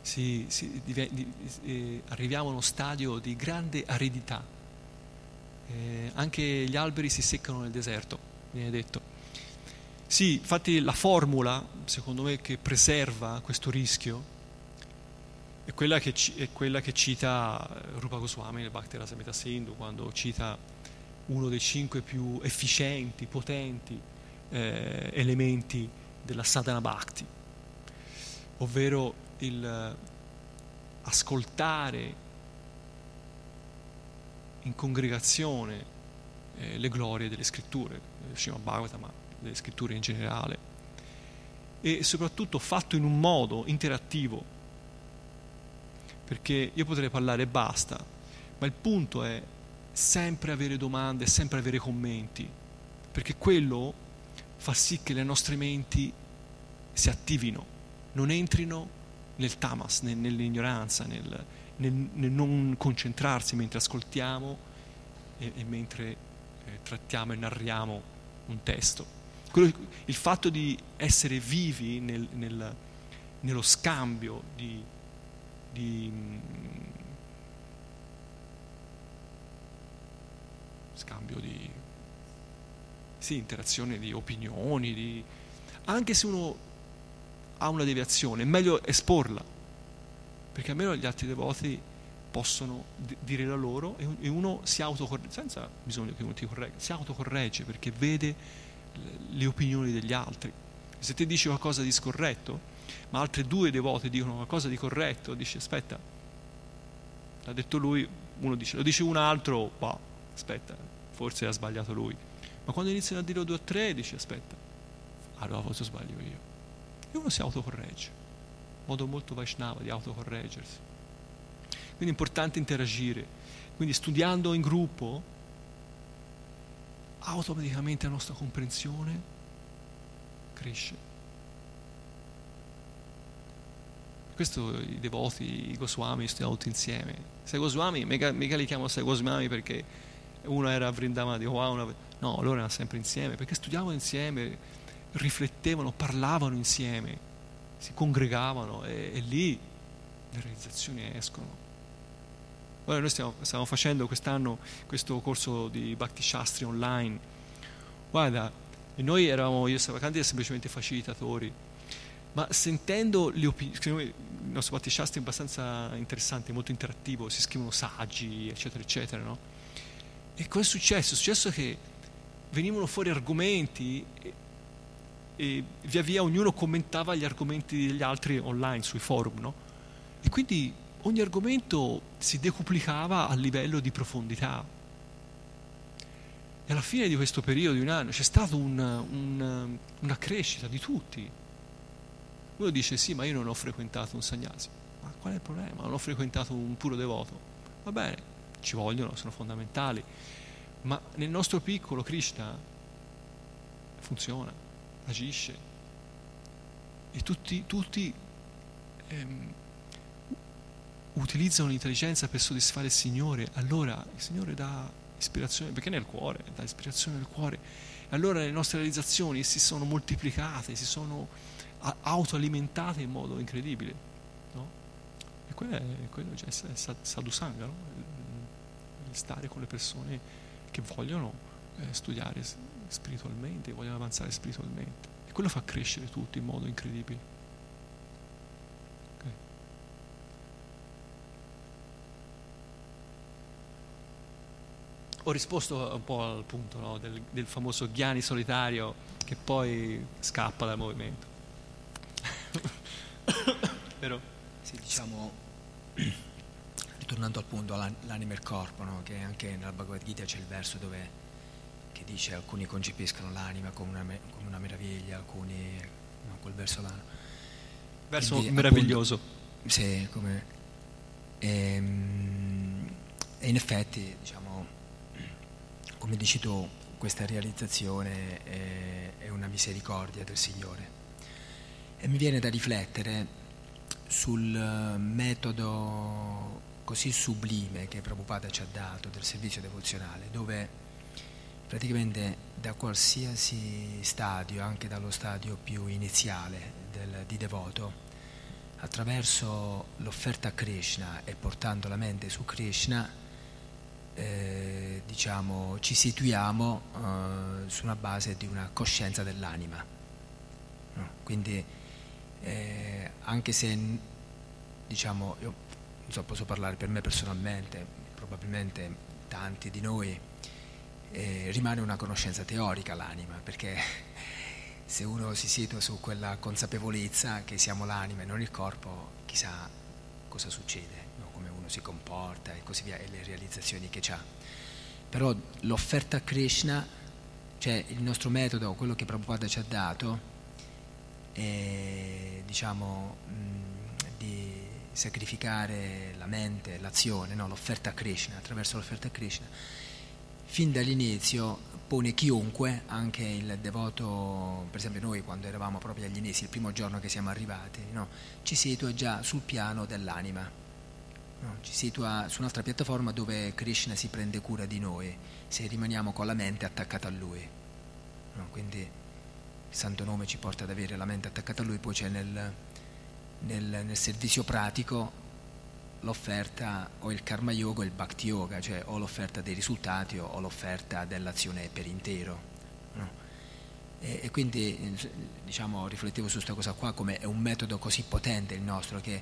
arriviamo a uno stadio di grande aridità. Anche gli alberi si seccano nel deserto, viene detto. Sì, infatti la formula, secondo me, che preserva questo rischio è quella che cita Rupa Goswami nel Bhakti Rasamrita Sindhu, quando cita uno dei 5 più efficienti, potenti elementi della sadhana bhakti, ovvero il ascoltare in congregazione le glorie delle scritture, Srimad Bhagavatam, ma delle scritture in generale, e soprattutto fatto in un modo interattivo, perché io potrei parlare e basta, ma il punto è sempre avere domande, sempre avere commenti, perché quello fa sì che le nostre menti si attivino, non entrino nel tamas, nell'ignoranza, nel non concentrarsi mentre ascoltiamo e mentre trattiamo e narriamo un testo. Il fatto di essere vivi nello scambio di interazione di opinioni, anche se uno ha una deviazione è meglio esporla, perché almeno gli altri devoti possono dire la loro e uno si autocorregge senza bisogno che uno ti corregga, si autocorregge perché vede le opinioni degli altri. Se te dici qualcosa di scorretto ma altri 2 devoti dicono qualcosa di corretto, dici aspetta, l'ha detto lui, uno dice, lo dice un altro, boh, aspetta, forse ha sbagliato lui, ma quando iniziano a dirlo 2 o 3 dici aspetta, allora forse sbaglio io, e uno si autocorregge, modo molto Vaishnava di autocorreggersi. Quindi è importante interagire, quindi studiando in gruppo automaticamente la nostra comprensione cresce. Questo i devoti, i Goswami studiano tutti insieme. Sei Goswami, mica li chiamo Sei Goswami perché uno era a Vrindavana di wow, no, loro erano sempre insieme perché studiavano insieme, riflettevano, parlavano insieme, si congregavano e lì le realizzazioni escono. Ora noi stiamo facendo quest'anno questo corso di Bhakti Shastri online. Guarda, e noi io e Savakandi semplicemente facilitatori, ma sentendo le opinioni, il nostro Bhakti Shastri è abbastanza interessante, molto interattivo, si scrivono saggi, eccetera, eccetera, no? E cosa è successo? È successo che venivano fuori argomenti e via via ognuno commentava gli argomenti degli altri online, sui forum, no? E quindi ogni argomento si decuplicava a livello di profondità. E alla fine di questo periodo di un anno c'è stata una crescita di tutti. Uno dice sì, ma io non ho frequentato un sannyasi. Ma qual è il problema? Non ho frequentato un puro devoto. Va bene, ci vogliono, sono fondamentali. Ma nel nostro piccolo Krishna funziona, agisce. E tutti utilizzano l'intelligenza per soddisfare il Signore. Allora il Signore dà ispirazione, perché nel cuore, dà ispirazione nel cuore. E allora le nostre realizzazioni si sono moltiplicate, si sono autoalimentate in modo incredibile, no? E quello è sadhusanga, no? Il stare con le persone che vogliono studiare spiritualmente, vogliono avanzare spiritualmente, e quello fa crescere tutti in modo incredibile. Okay. Ho risposto un po' al punto, no? del famoso Jnani solitario che poi scappa dal movimento. Vero? Sì, diciamo, ritornando al punto, l'anima e il corpo, no? Che anche nella Bhagavad Gita c'è il verso che dice alcuni concepiscono l'anima come una meraviglia, alcuni no, quel verso là. Verso quindi, meraviglioso. Appunto, sì, e in effetti, diciamo, come dici tu, questa realizzazione è una misericordia del Signore. E mi viene da riflettere sul metodo così sublime che Prabhupada ci ha dato del servizio devozionale, dove praticamente da qualsiasi stadio, anche dallo stadio più iniziale di devoto, attraverso l'offerta a Krishna e portando la mente su Krishna, diciamo, ci situiamo su una base di una coscienza dell'anima, no? Quindi anche se, diciamo, io non so, posso parlare per me personalmente, probabilmente tanti di noi, rimane una conoscenza teorica l'anima, perché se uno si situa su quella consapevolezza che siamo l'anima e non il corpo, chissà cosa succede, no? Come uno si comporta e così via, e le realizzazioni che ha. Però l'offerta a Krishna, cioè il nostro metodo, quello che Prabhupada ci ha dato, è, diciamo, di sacrificare la mente, l'azione, no? L'offerta a Krishna, attraverso l'offerta a Krishna, fin dall'inizio pone chiunque, anche il devoto, per esempio noi quando eravamo proprio agli inizi, il primo giorno che siamo arrivati, no? Ci situa già sul piano dell'anima, no? Ci situa su un'altra piattaforma dove Krishna si prende cura di noi se rimaniamo con la mente attaccata a Lui, no? Quindi il Santo Nome ci porta ad avere la mente attaccata a Lui, poi c'è nel servizio pratico l'offerta o il karma yoga o il bhakti yoga, cioè o l'offerta dei risultati o l'offerta dell'azione per intero, no? E quindi, diciamo, riflettevo su questa cosa qua, come è un metodo così potente il nostro che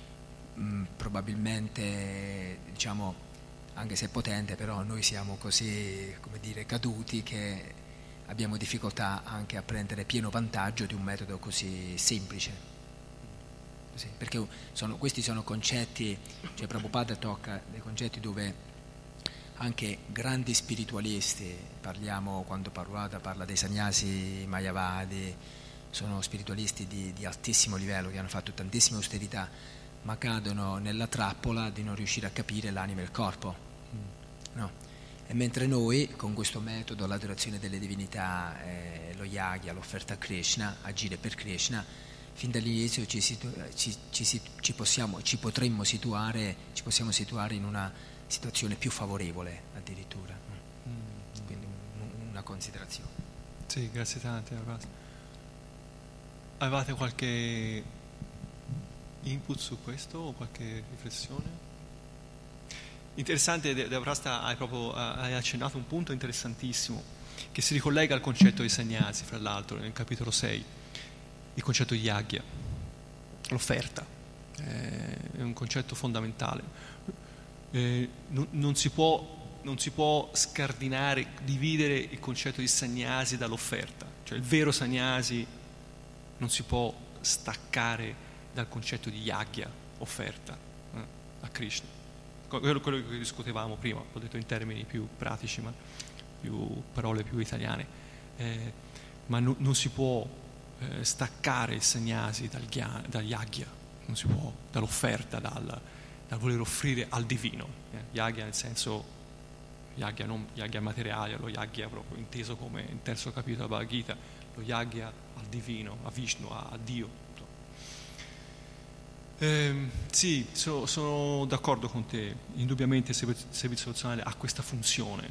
probabilmente, diciamo, anche se è potente, però noi siamo così, come dire, caduti che abbiamo difficoltà anche a prendere pieno vantaggio di un metodo così semplice. Sì, perché questi sono concetti, cioè Prabhupada tocca dei concetti dove anche grandi spiritualisti, quando Prabhupada parla dei sannyasi mayavadi, sono spiritualisti di altissimo livello che hanno fatto tantissime austerità, ma cadono nella trappola di non riuscire a capire l'anima e il corpo, no? E mentre noi con questo metodo, l'adorazione delle divinità, lo yagya, l'offerta a Krishna, agire per Krishna, fin dall'inizio ci potremmo situare in una situazione più favorevole addirittura. Quindi una considerazione. Sì, grazie tante. Avevate qualche input su questo o qualche riflessione? Interessante, Devaprasta, hai accennato un punto interessantissimo che si ricollega al concetto dei sannyasi, fra l'altro, nel capitolo 6. Il concetto di yagya, l'offerta, è un concetto fondamentale. Non si può scardinare, dividere il concetto di sannyasi dall'offerta. Cioè il vero sannyasi non si può staccare dal concetto di yagya, offerta, a Krishna. Quello che discutevamo prima, l'ho detto in termini più pratici, ma parole più italiane. Ma non si può staccare il sannyasi dal yagya, non si può, dall'offerta, dal voler offrire al divino. Yagya nel senso, yagya non yagya materiale, lo yagya proprio inteso come il terzo capitolo della Bhagavad Gita, lo yagya al divino, a Vishnu, a Dio. Sì, sono d'accordo con te, indubbiamente il servizio devozionale ha questa funzione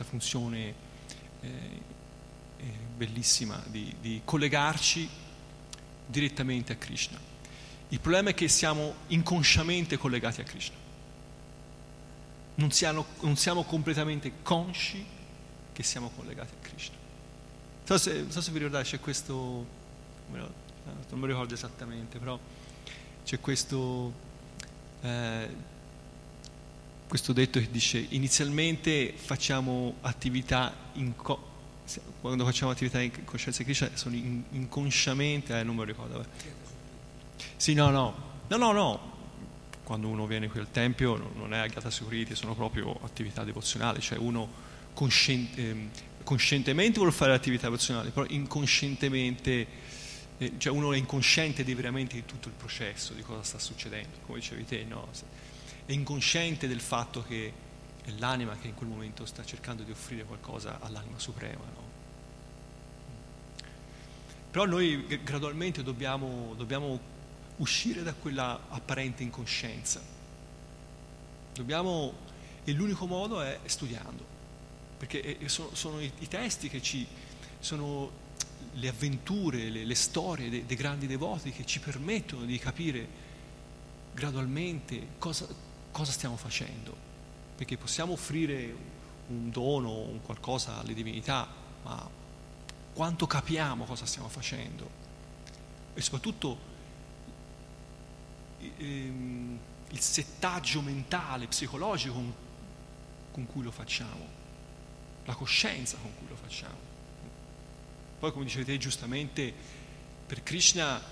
bellissima di collegarci direttamente a Krishna. Il problema è che siamo inconsciamente collegati a Krishna, non siamo completamente consci che siamo collegati a Krishna. Non so se vi ricordate, c'è questo, non mi ricordo esattamente, però c'è questo detto che dice: inizialmente facciamo attività quando facciamo attività in coscienza di Krishna sono inconsciamente, non me lo ricordo. Sì, no. Quando uno viene qui al tempio non è Agyata Security, sono proprio attività devozionali, cioè uno coscientemente vuole fare l'attività devozionale, però inconscientemente, cioè uno è inconsciente veramente di tutto il processo, di cosa sta succedendo, come dicevi te, no? È inconsciente del fatto che è l'anima che in quel momento sta cercando di offrire qualcosa all'anima suprema, no? Però noi gradualmente dobbiamo uscire da quella apparente incoscienza. E l'unico modo è studiando. perché sono i testi che sono le avventure, le storie dei grandi devoti che ci permettono di capire gradualmente cosa stiamo facendo, perché possiamo offrire un dono, un qualcosa alle divinità, ma quanto capiamo cosa stiamo facendo e soprattutto il settaggio mentale, psicologico con cui lo facciamo, la coscienza con cui lo facciamo. Poi, come dicevete giustamente, per Krishna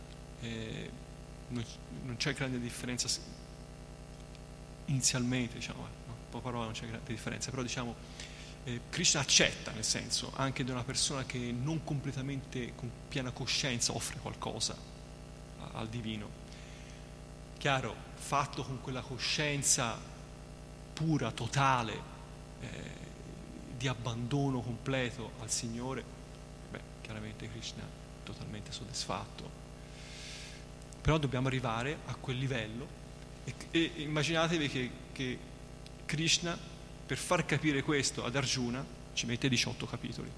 non c'è grande differenza inizialmente, diciamo, poca parola, non c'è grande differenza, però diciamo Krishna accetta, nel senso, anche di una persona che non completamente con piena coscienza offre qualcosa al divino. Chiaro, fatto con quella coscienza pura, totale, di abbandono completo al Signore, chiaramente Krishna è totalmente soddisfatto. Però dobbiamo arrivare a quel livello e immaginatevi che Krishna, per far capire questo ad Arjuna, ci mette 18 capitoli.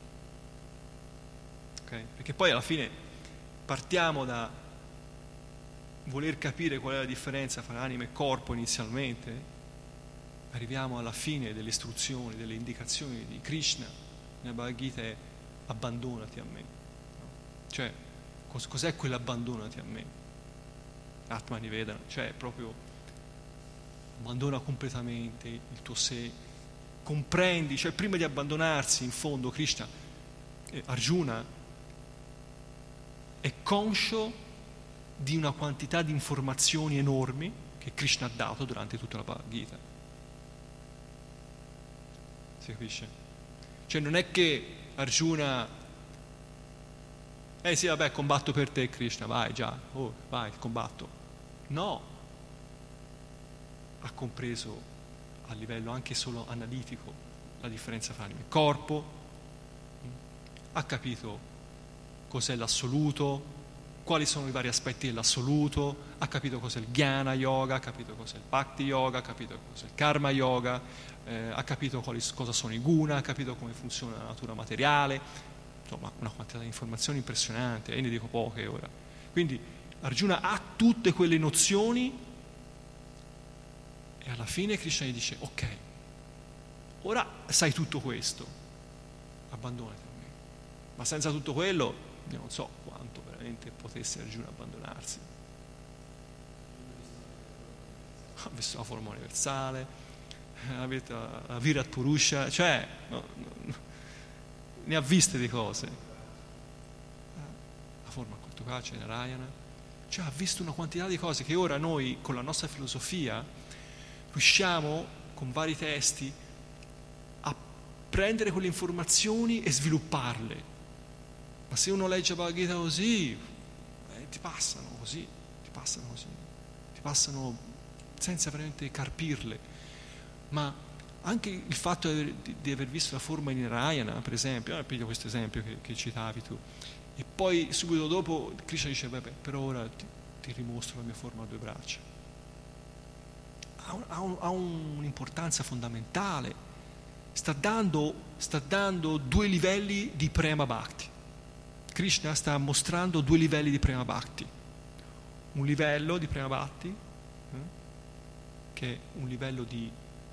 Okay? Perché poi alla fine partiamo da voler capire qual è la differenza tra anima e corpo inizialmente, arriviamo alla fine delle istruzioni, delle indicazioni di Krishna nella Bhagavad Gita è abbandonati a me. No? Cioè, cos'è quell'abbandonati a me? Atmani Vedana, cioè proprio abbandona completamente il tuo sé, comprendi, cioè prima di abbandonarsi in fondo Krishna, Arjuna è conscio di una quantità di informazioni enormi che Krishna ha dato durante tutta la Bhagavad Gita. Si capisce? Cioè non è che Arjuna sì vabbè combatto per te Krishna, vai già, vai, combatto. No, ha compreso a livello anche solo analitico la differenza tra anima e corpo, ha capito cos'è l'assoluto, quali sono i vari aspetti dell'assoluto, ha capito cos'è il Jnana Yoga, ha capito cos'è il Bhakti Yoga, ha capito cos'è il Karma Yoga, ha capito cosa sono i guna, ha capito come funziona la natura materiale, insomma una quantità di informazioni impressionante, ne dico poche ora. Quindi Arjuna ha tutte quelle nozioni e alla fine Krishna gli dice ok, ora sai tutto questo, abbandonati a me. Ma senza tutto quello io non so quanto veramente potesse Arjuna abbandonarsi. Ha visto la forma universale, ha visto la Virat Purusha, cioè ne ha viste di cose. La forma Kultukacha, Narayana, cioè ha visto una quantità di cose che ora noi con la nostra filosofia riusciamo con vari testi a prendere quelle informazioni e svilupparle. Ma se uno legge Bhagavad Gita così, ti passano senza veramente carpirle. Ma anche il fatto di aver visto la forma di Narayana, per esempio, piglio questo esempio che citavi tu, e poi subito dopo Krishna dice, vabbè, per ora ti dimostro la mia forma a 2 braccia. Ha un'importanza fondamentale, sta dando 2 livelli di Prema Bhakti. Krishna sta mostrando 2 livelli di Prema Bhakti. Un livello di Prema Bhakti che è un livello di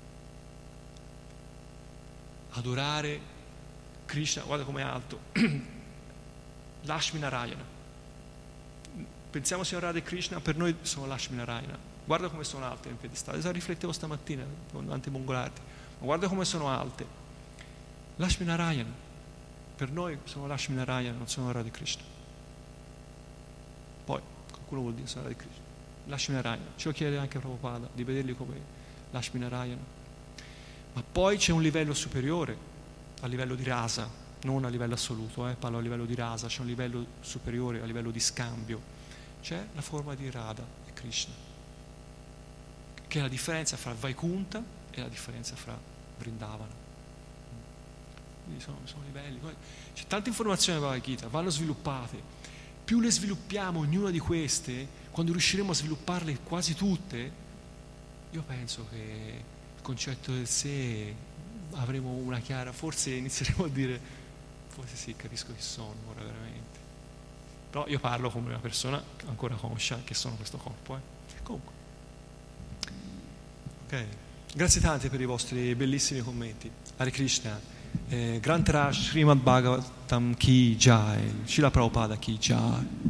adorare Krishna, guarda com'è alto, Lakshmi Narayana. Pensiamo sia Radha e Krishna, per noi sono Lakshmi Narayana. Guarda come sono alte in piedistallo, riflettevo stamattina con tanti mongolati, ma guarda come sono alte. Lakshmi Narayana, per noi sono Lakshmi Narayana, non sono Radha e Krishna. Poi qualcuno vuol dire sono Radha e Krishna. Lakshmi Narayana, ce lo chiede anche Prabhupada di vederli come Lakshmi Narayana. Ma poi c'è un livello superiore, a livello di rasa, non a livello assoluto, parlo a livello di rasa, c'è un livello superiore, a livello di scambio, c'è la forma di Radha e Krishna, che è la differenza fra Vaikunta e la differenza fra Vrindavana. Quindi sono livelli. C'è tanta informazione nella Bhagavad Gita, vanno sviluppate. Più le sviluppiamo ognuna di queste, quando riusciremo a svilupparle quasi tutte, io penso che il concetto del sé avremo una chiara, forse inizieremo a dire, forse sì, capisco chi sono ora veramente. Però io parlo come una persona ancora conscia che sono questo corpo. Comunque. Ok. Grazie tante per i vostri bellissimi commenti. Hare Krishna. Granth Raj Srimad Bhagavatam Ki Jai. Srila Prabhupada Ki Jai.